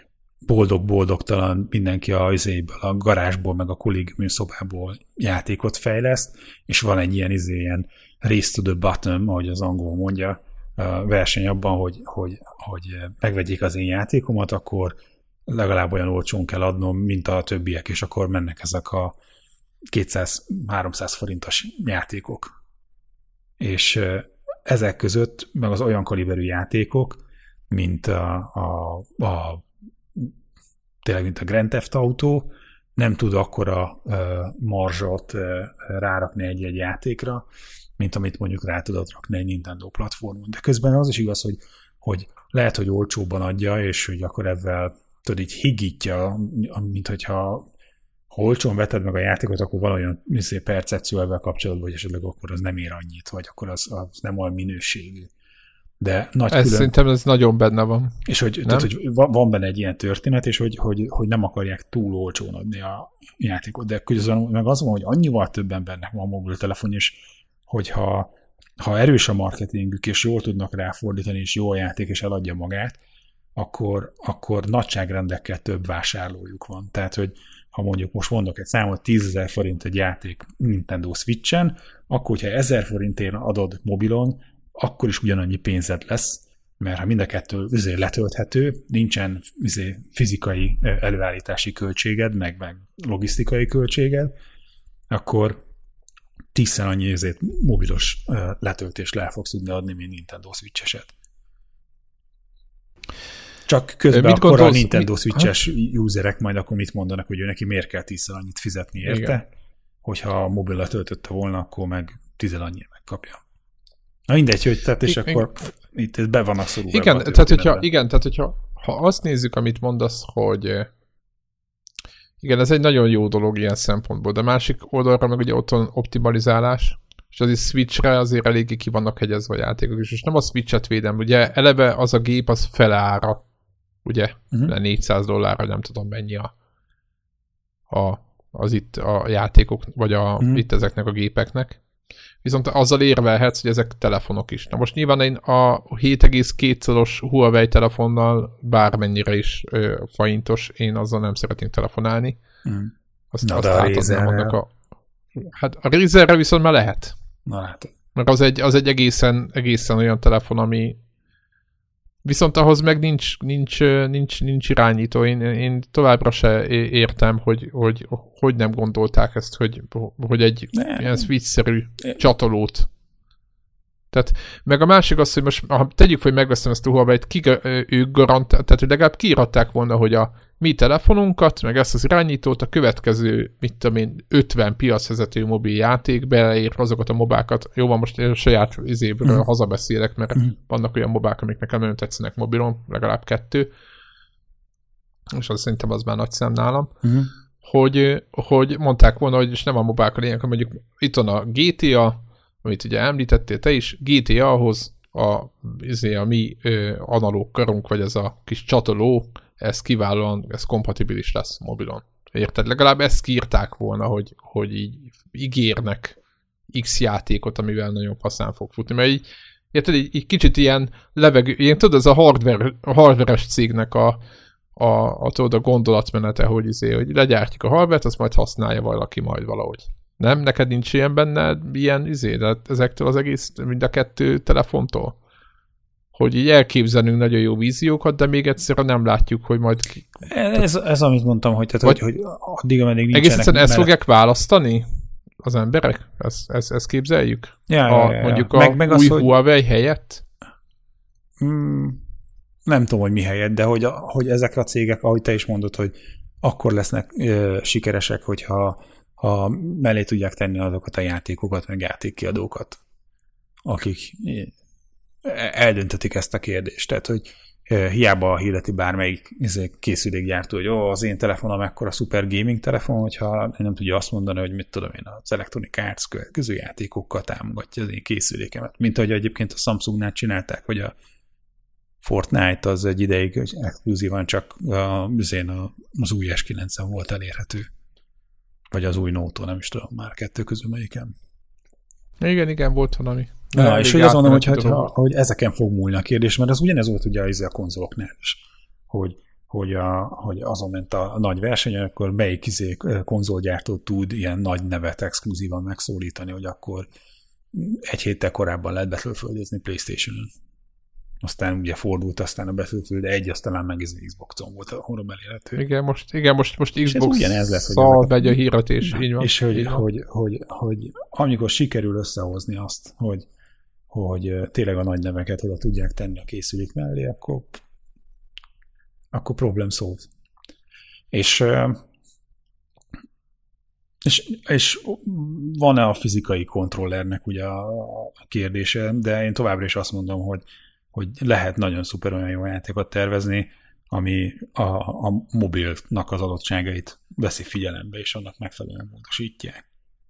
boldog-boldogtalan mindenki a, izéből, a garázsból, meg a kollégium szobából játékot fejleszt, és van egy ilyen, izé, ilyen race to the bottom, ahogy az angol mondja, verseny abban, hogy, hogy, hogy megvegyék az én játékomat, akkor legalább olyan olcsón kell adnom, mint a többiek, és akkor mennek ezek a kétszáz-háromszáz forintos játékok. És ezek között, meg az olyan kaliberű játékok, mint a, a, a tényleg, mint a Grand Theft Auto, nem tud akkora uh, marzsot uh, rárakni egy-egy játékra, mint amit mondjuk rá tudod rakni egy Nintendo platformon. De közben az is igaz, hogy, hogy lehet, hogy olcsóban adja, és hogy akkor ebben tudod, így higítja, mint hogyha ha olcsón veted meg a játékot, akkor valami percepció ebben kapcsolatban, hogy esetleg akkor az nem ér annyit, vagy akkor az, az nem olyan minőségű. De nagy ez külön... Szerintem ez nagyon benne van. És hogy, tehát, hogy van benne egy ilyen történet, és hogy, hogy, hogy nem akarják túl olcsón adni a játékot. De közben meg az van, hogy annyival több embernek van mobiltelefon, és hogyha ha erős a marketingük, és jól tudnak ráfordítani, és jó a játék, és eladja magát, akkor, akkor nagyságrendekkel több vásárlójuk van. Tehát, hogy ha mondjuk most mondok egy számot, tízezer forint egy játék Nintendo Switchen, akkor, hogyha ezer forintért adod mobilon, akkor is ugyanannyi pénzed lesz, mert ha mind a kettő azért letölthető, nincsen azért fizikai előállítási költséged, meg, meg logisztikai költséged, akkor tízszer annyi azért mobilos letöltést le fogsz tudni adni, mint Nintendo Switch-eset. Csak közben mit akkor gondolsz, a Nintendo Switch-es userek majd akkor mit mondanak, hogy ő neki miért kell tízszer annyit fizetni érte, igen. Hogyha a mobil letöltötte volna, akkor meg tízzel annyi megkapja. Na mindegy, hogy tehát, és I, akkor I, itt be vannak szorulva. Igen, tehát hogyha, igen, tehát hogyha ha azt nézzük, amit mondasz, hogy igen, ez egy nagyon jó dolog ilyen szempontból, de másik oldalra meg ugye ott van optimalizálás, és azért Switchre azért eléggé ki vannak hegyezve a játékok is, és nem a Switchet védem, ugye eleve az a gép az felára, ugye, uh-huh. négyszáz dollárra, nem tudom mennyi a, a, az itt a játékok, vagy a, uh-huh. itt ezeknek a gépeknek. Viszont azzal érvelhetsz, hogy ezek telefonok is. Na most nyilván én a hét egész két szoros Huawei telefonnal bármennyire is ö, faintos, én azzal nem szeretnék telefonálni. Mm. Azt, Na, azt de a Razerrel... A... Hát a Razerrel viszont már lehet. Na látod. Mert az egy, az egy egészen, egészen olyan telefon, ami viszont ahhoz meg nincs, nincs, nincs, nincs irányító. Én, én továbbra se értem, hogy, hogy hogy nem gondolták ezt, hogy, hogy egy nem. ilyen switch-szerű csatolót. Tehát, meg a másik az, hogy most ha tegyük, hogy megveszem ezt a Huawei-t, ki, ők garantálták, tehát hogy legalább kiíratták volna, hogy a mi telefonunkat, meg ezt az irányítót a következő, mit tudom én, ötven piacvezető mobil játék beleér azokat a mobákat. Jó van, most én a saját izéből mm. hazabeszélek, mert mm. vannak olyan mobák, amik nekem nagyon tetszenek mobilon, legalább kettő, és az szerintem az már nagy szám nálam, mm. hogy, hogy mondták volna, hogy és nem a mobák a lényeg, hogy mondjuk itt van a gé té á, amit ugye említettél te is, gé té á-hoz a, izé, a mi ö, analóg karunk, vagy ez a kis csatoló, ez kiválóan, ez kompatibilis lesz mobilon. Érted? Legalább ezt kiírták volna, hogy, hogy így ígérnek X játékot, amivel nagyon faszán fog futni. Mert így, érted, így, így kicsit ilyen levegő, ilyen tudod, ez a hardware, a hardware-es cégnek a, a, a, tudod, a gondolatmenete, hogy, izé, hogy legyártjuk a hardware-t, azt majd használja valaki majd valahogy. Nem? Neked nincs ilyen benne, ilyen izé, de ezektől az egész, mind a kettő telefontól? Hogy így elképzelünk nagyon jó víziókat, de még egyszerűen nem látjuk, hogy majd... Ki... Ez, ez amit mondtam, hogy, tehát, hogy, hogy addig, ameddig nincsenek... Egész egyszerűen ezt fogják választani az emberek? Ezt, ezt, ezt képzeljük? Ja, a, ja, ja, ja. Mondjuk a meg, meg új az, Huawei hogy... helyett? Mm, nem tudom, hogy mi helyett, de hogy, hogy ezek a cégek, ahogy te is mondod, hogy akkor lesznek ö, sikeresek, hogyha ha mellé tudják tenni azokat a játékokat, meg játékkiadókat, akik eldöntetik ezt a kérdést. Tehát, hogy hiába hirdeti bármelyik készülékgyártó, hogy ó, az én telefonom ekkora szuper gaming telefon, hogyha nem tudja azt mondani, hogy mit tudom én, az Electronic Arts következő játékokkal támogatja az én készülékemet. Mint ahogy egyébként a Samsungnál csinálták, hogy a Fortnite az egy ideig exkluzívan csak az új es kilencen volt elérhető. Vagy az új Note, nem is tudom már kettő közül melyiken. Igen, igen, volt valami. Ja, és hogy azt mondom, hogy, hogy, hogy ezeken fog múlni a kérdés, mert az ugyanez volt ugye a konzoloknál is, hogy, hogy, a, hogy azon ment a, a nagy verseny, akkor melyik izé, konzolgyártó tud ilyen nagy nevet exkluzívan megszólítani, hogy akkor egy héttel korábban lehet Battlefield-ezni PlayStation-on. Aztán ugye fordult, aztán a Battlefield egy, aztán meg az Xbox-on volt, ahol elérhető. Igen, most, igen, most, most Xbox-szal megy a híratés, így van. És hogy, hogy, hogy, hogy amikor sikerül összehozni azt, hogy, hogy tényleg a nagy neveket oda tudják tenni a készülék mellé, akkor, akkor problem solved. És, és, és van-e a fizikai kontrollernek ugye a kérdése, de én továbbra is azt mondom, hogy hogy lehet nagyon szuper olyan jó játékot tervezni, ami a, a mobilnak az adottságait veszi figyelembe, és annak megfelelően módosítják.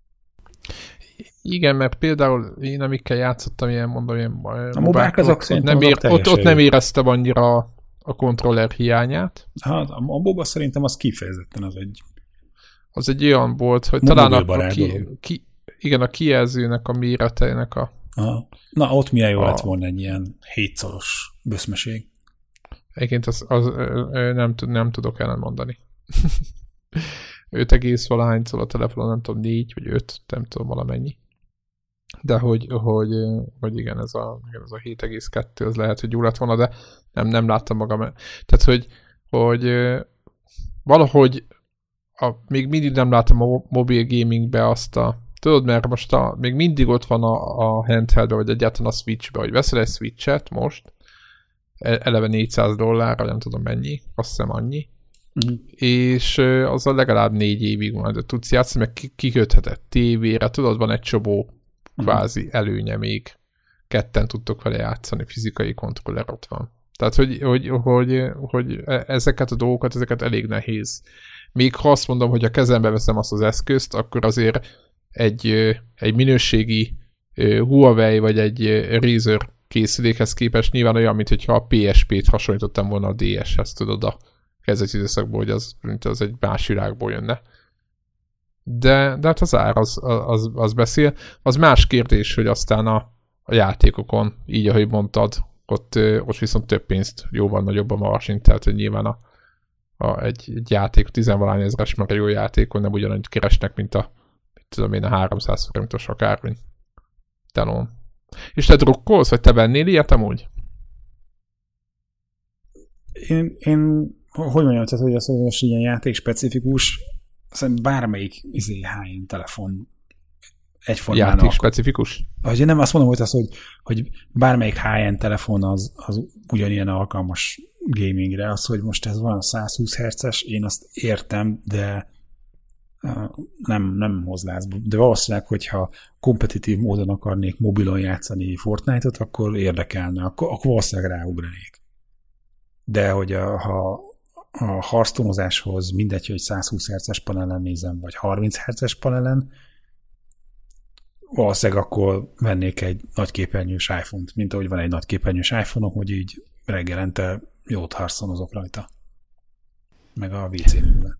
Igen, mert például én amikkel játszottam, ilyen mondom, ilyen a mobák azok ott, ott, nem ér, ott, ott nem éreztem annyira a kontroller hiányát. Hát a moba szerintem az kifejezetten az egy... Az egy olyan volt, hogy talán a, a, ki, ki, igen, a kijelzőnek, a méreteinek a Aha. Na, ott milyen jó a... lett volna egy ilyen hétszoros böszmeség. Egyébként az, az, nem, nem tudok ellenmondani. öt egész valahányszor a telefonon, nem tudom, négy vagy öt, nem tudom valamennyi. De hogy, hogy, hogy igen, ez a, igen, ez a hét egész kettő, az lehet, hogy jó lett volna, de nem, nem láttam magam. Tehát, hogy, hogy valahogy a, még mindig nem látom a mobil gamingbe azt a tudod, mert most a, még mindig ott van a, a handheldbe, vagy egyáltalán a Switchbe, hogy veszel egy Switchet most, eleve négyszáz dollárra, nem tudom mennyi, azt hiszem annyi, mm. és azzal legalább négy évig majd tudsz játszani, meg kikötheted tévére, tudod, van egy csobó kvázi előnye még, ketten tudtok vele játszani, fizikai kontroller ott van. Tehát, hogy, hogy, hogy, hogy ezeket a dolgokat, ezeket elég nehéz. Még ha azt mondom, hogy a kezembe veszem azt az eszközt, akkor azért egy, egy minőségi Huawei vagy egy Razer készülékhez képest nyilván olyan, mint hogyha a pé es pét hasonlítottam volna a dé eshez, tudod, a kezdeti időszakból, hogy az, mint az egy más világból jönne. De, de hát az ár az, az, az beszél. Az más kérdés, hogy aztán a, a játékokon, így ahogy mondtad, ott, ott viszont több pénzt jóval nagyobb a marsint, tehát hogy nyilván a, a, egy, egy játék, tizenvalány ezeres már jó játékon nem ugyanannyit keresnek, mint a tudom én a háromszáz forintos akármi telón. És te drukkolsz, vagy te vennél ilyet amúgy? Én, én hogy mondjam, tehát, hogy az, hogy ilyen játék specifikus, szerintem bármelyik izé high-end telefon egyformán játék specifikus? Ahogy nem azt mondom, hogy az, hogy, hogy bármelyik high-end telefon az, az ugyanilyen alkalmas gamingre, az, hogy most ez van százhúsz hertzes, én azt értem, de nem, nem hozlász. De valószínűleg, hogyha kompetitív módon akarnék mobilon játszani Fortnite-ot, akkor érdekelne, akkor, akkor valószínűleg ráugranék. De hogy a, ha a harctonozáshoz mindegy, hogy százhúsz hertzes panelen nézem, vagy harminc hertzes panelen, valószínűleg akkor vennék egy nagyképernyős iPhone-t, mint ahogy van egy nagyképernyős iPhone-om, hogy így reggelente jót harctonozok rajta. Meg a vé cé-műben.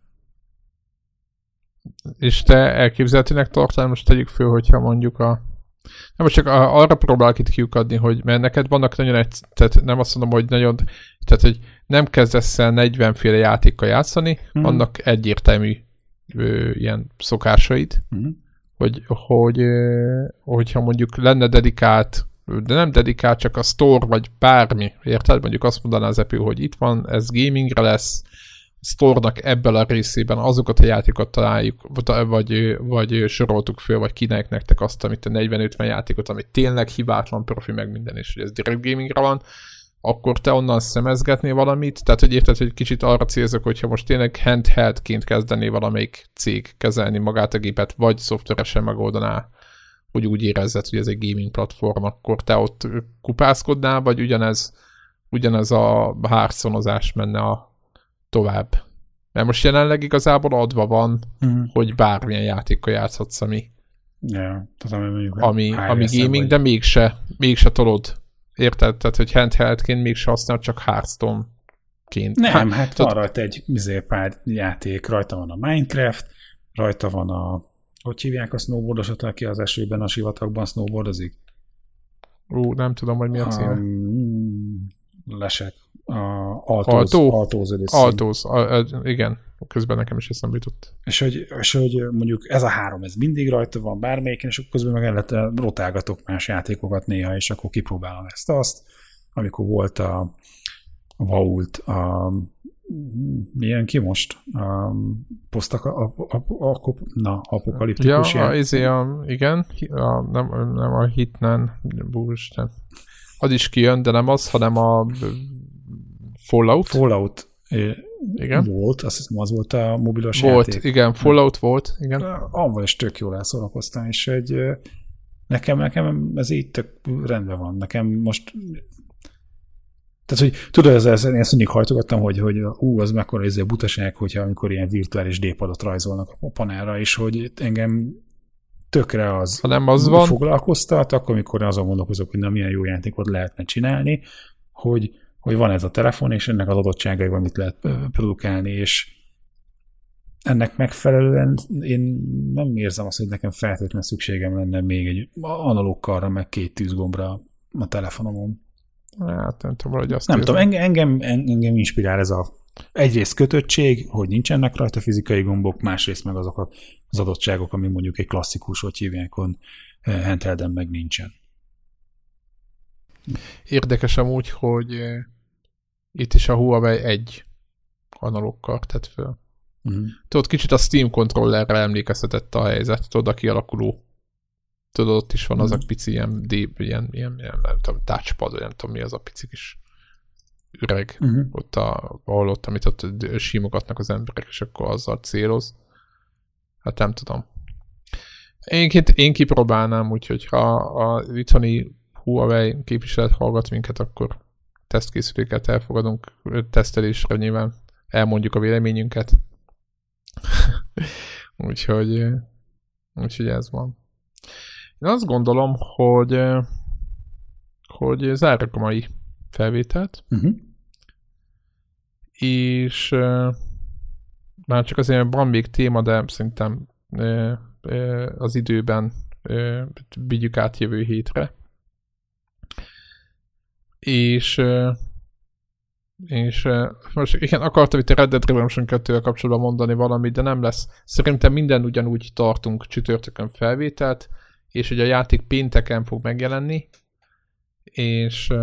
És te elképzelhetőnek tartál, most tegyük föl, hogyha mondjuk a... Nem, most csak a, arra próbálok itt kiukadni, hogy mert neked vannak nagyon egy... Tehát nem azt mondom, hogy nagyon... Tehát, hogy nem kezdesz el negyvenféle játékkal játszani, mm. vannak egyértelmű ö, ilyen szokásaid, mm. hogy, hogy ö, hogyha mondjuk lenne dedikált, de nem dedikált, csak a store, vagy bármi, érted? Mondjuk azt mondaná az Apple, hogy itt van, ez gamingre lesz, Store-nak ebből a részében azokat a játékokat találjuk, vagy, vagy soroltuk föl, vagy kínáljuk nektek azt, amit a negyven-ötven játékot, amit tényleg hibátlan profi meg minden, és hogy ez direct gamingre van, akkor te onnan szemezgetnél valamit, tehát hogy érted, hogy kicsit arra célzok, hogyha most tényleg handheldként kezdené valamelyik cég kezelni magát a gépet, vagy szoftveresen megoldaná, hogy úgy érezzed, hogy ez egy gaming platform, akkor te ott kupászkodnál, vagy ugyanez, ugyanez a hárszonozás menne a tovább. Mert most jelenleg igazából adva van, mm. hogy bármilyen játékkal játszhatsz, ami, yeah, ami, ami, ami gaming, vagy... de mégse, mégse tolod. Érted? Tehát, hogy handheldként mégse használ, csak Hearthstone-ként. Nem, hát, hát van tud... rajta egy pár játék, rajta van a Minecraft, rajta van a, hogy hívják a snowboardosat, aki az esőben, a sivatagban snowboardozik? Ú, nem tudom, hogy mi a címe. Um, lesek. a altóz, Altó, altózódás. Altóz, igen. Közben nekem is eszembe jutott. És hogy, és hogy mondjuk ez a három, ez mindig rajta van bármelyiken, és akkor közben meg el rotálgatok más játékokat néha, és akkor kipróbálom ezt-azt. Amikor volt a, a Vault, a milyen ki most? A posztak, a, a, a, a, na, apokaliptikus ja, izé a, igen, a, nem, nem a Hitman, búristen. Az is kijön, de nem az, hanem a Fallout. Fallout. Igen. Volt, azt hiszem az volt a mobilos volt, játék. Igen, Fallout volt, igen. Avval is tök jól elszórakoztam, és egy, nekem, nekem ez így tök rendben van. Nekem most tehát, hogy tudod, ezzel ezt mindig hajtogattam, hogy, hogy ú, az mekkora ez a butaság, hogyha amikor ilyen virtuális D-padot rajzolnak a panelra, és hogy engem tökre az, ha nem az van, foglalkoztat, akkor amikor azon gondolkozok, hogy na milyen jó játékot lehetne csinálni, hogy hogy van ez a telefon, és ennek az adottságaival mit lehet produkálni, és ennek megfelelően én nem érzem azt, hogy nekem feltétlenül szükségem lenne még egy analóg karra, meg két tűzgombra a telefonomon. Hát nem tudom, hogy azt Nem tudom, engem, engem, engem inspirál ez a egyrészt kötöttség, hogy nincsenek rajta fizikai gombok, másrészt meg azok az adottságok, ami mondjuk egy klasszikus, hogy hívják, handhelden meg nincsen. Érdekes amúgy, hogy itt is a Huawei egy analóg kart tett föl. Uh-huh. Tudod, kicsit a Steam controllerre emlékeztetett a helyzet, tudod, a kialakuló. Tudod, ott is van uh-huh. az a pici ilyen, ilyen, ilyen, ilyen nem tudom, touchpad, nem tudom mi az a pici kis üreg. Uh-huh. Ott, a, ahol ott, amit ott simogatnak az emberek, és akkor azzal céloz. Hát nem tudom. Én, én kipróbálnám, úgyhogy ha a itthoni Huawei képviselet hallgat minket, akkor tesztkészüléket elfogadunk tesztelésre, nyilván elmondjuk a véleményünket. úgyhogy, úgyhogy ez van. Én azt gondolom, hogy hogy zárjuk a mai felvételt, uh-huh. és már csak azért van még téma, de szerintem az időben vigyük át jövő hétre. És, és most igen, akartam itt a Red Dead Redemption kettővel kapcsolatban mondani valamit, de nem lesz. Szerintem minden ugyanúgy tartunk csütörtökön felvételt, és hogy a játék pénteken fog megjelenni, és,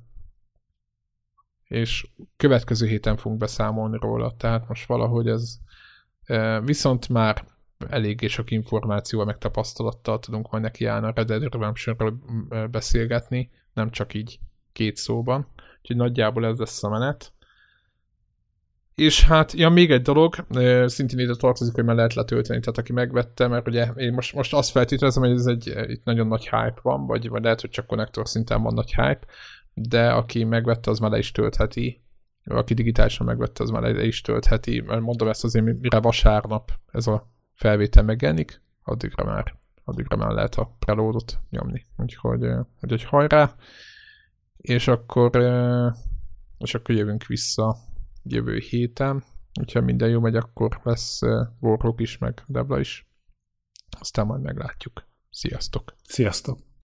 és következő héten fogunk beszámolni róla. Tehát most valahogy ez viszont már eléggé sok információval, meg tapasztalattal tudunk majd nekiállni a Red Dead Redemptionről beszélgetni, nem csak így két szóban. Úgyhogy nagyjából ez lesz a menet. És hát, ja, még egy dolog, szintén ide tartozik, hogy már lehet letölteni, tehát aki megvette, mert ugye én most, most azt feltételezem, hogy ez egy itt nagyon nagy hype van, vagy, vagy lehet, hogy csak konnektor szinten van nagy hype, de aki megvette, az már le is töltheti. Aki digitálisan megvette, az már le is töltheti, mert mondom ezt azért, mire vasárnap ez a felvétel megjelenik, addigra már, addigra már lehet a preloadot nyomni. Úgyhogy, hogy hajrá! És akkor, és akkor jövünk vissza jövő héten. Úgyha minden jó megy, akkor lesz Warhawk is, meg Debla is. Aztán majd meglátjuk. Sziasztok! Sziasztok!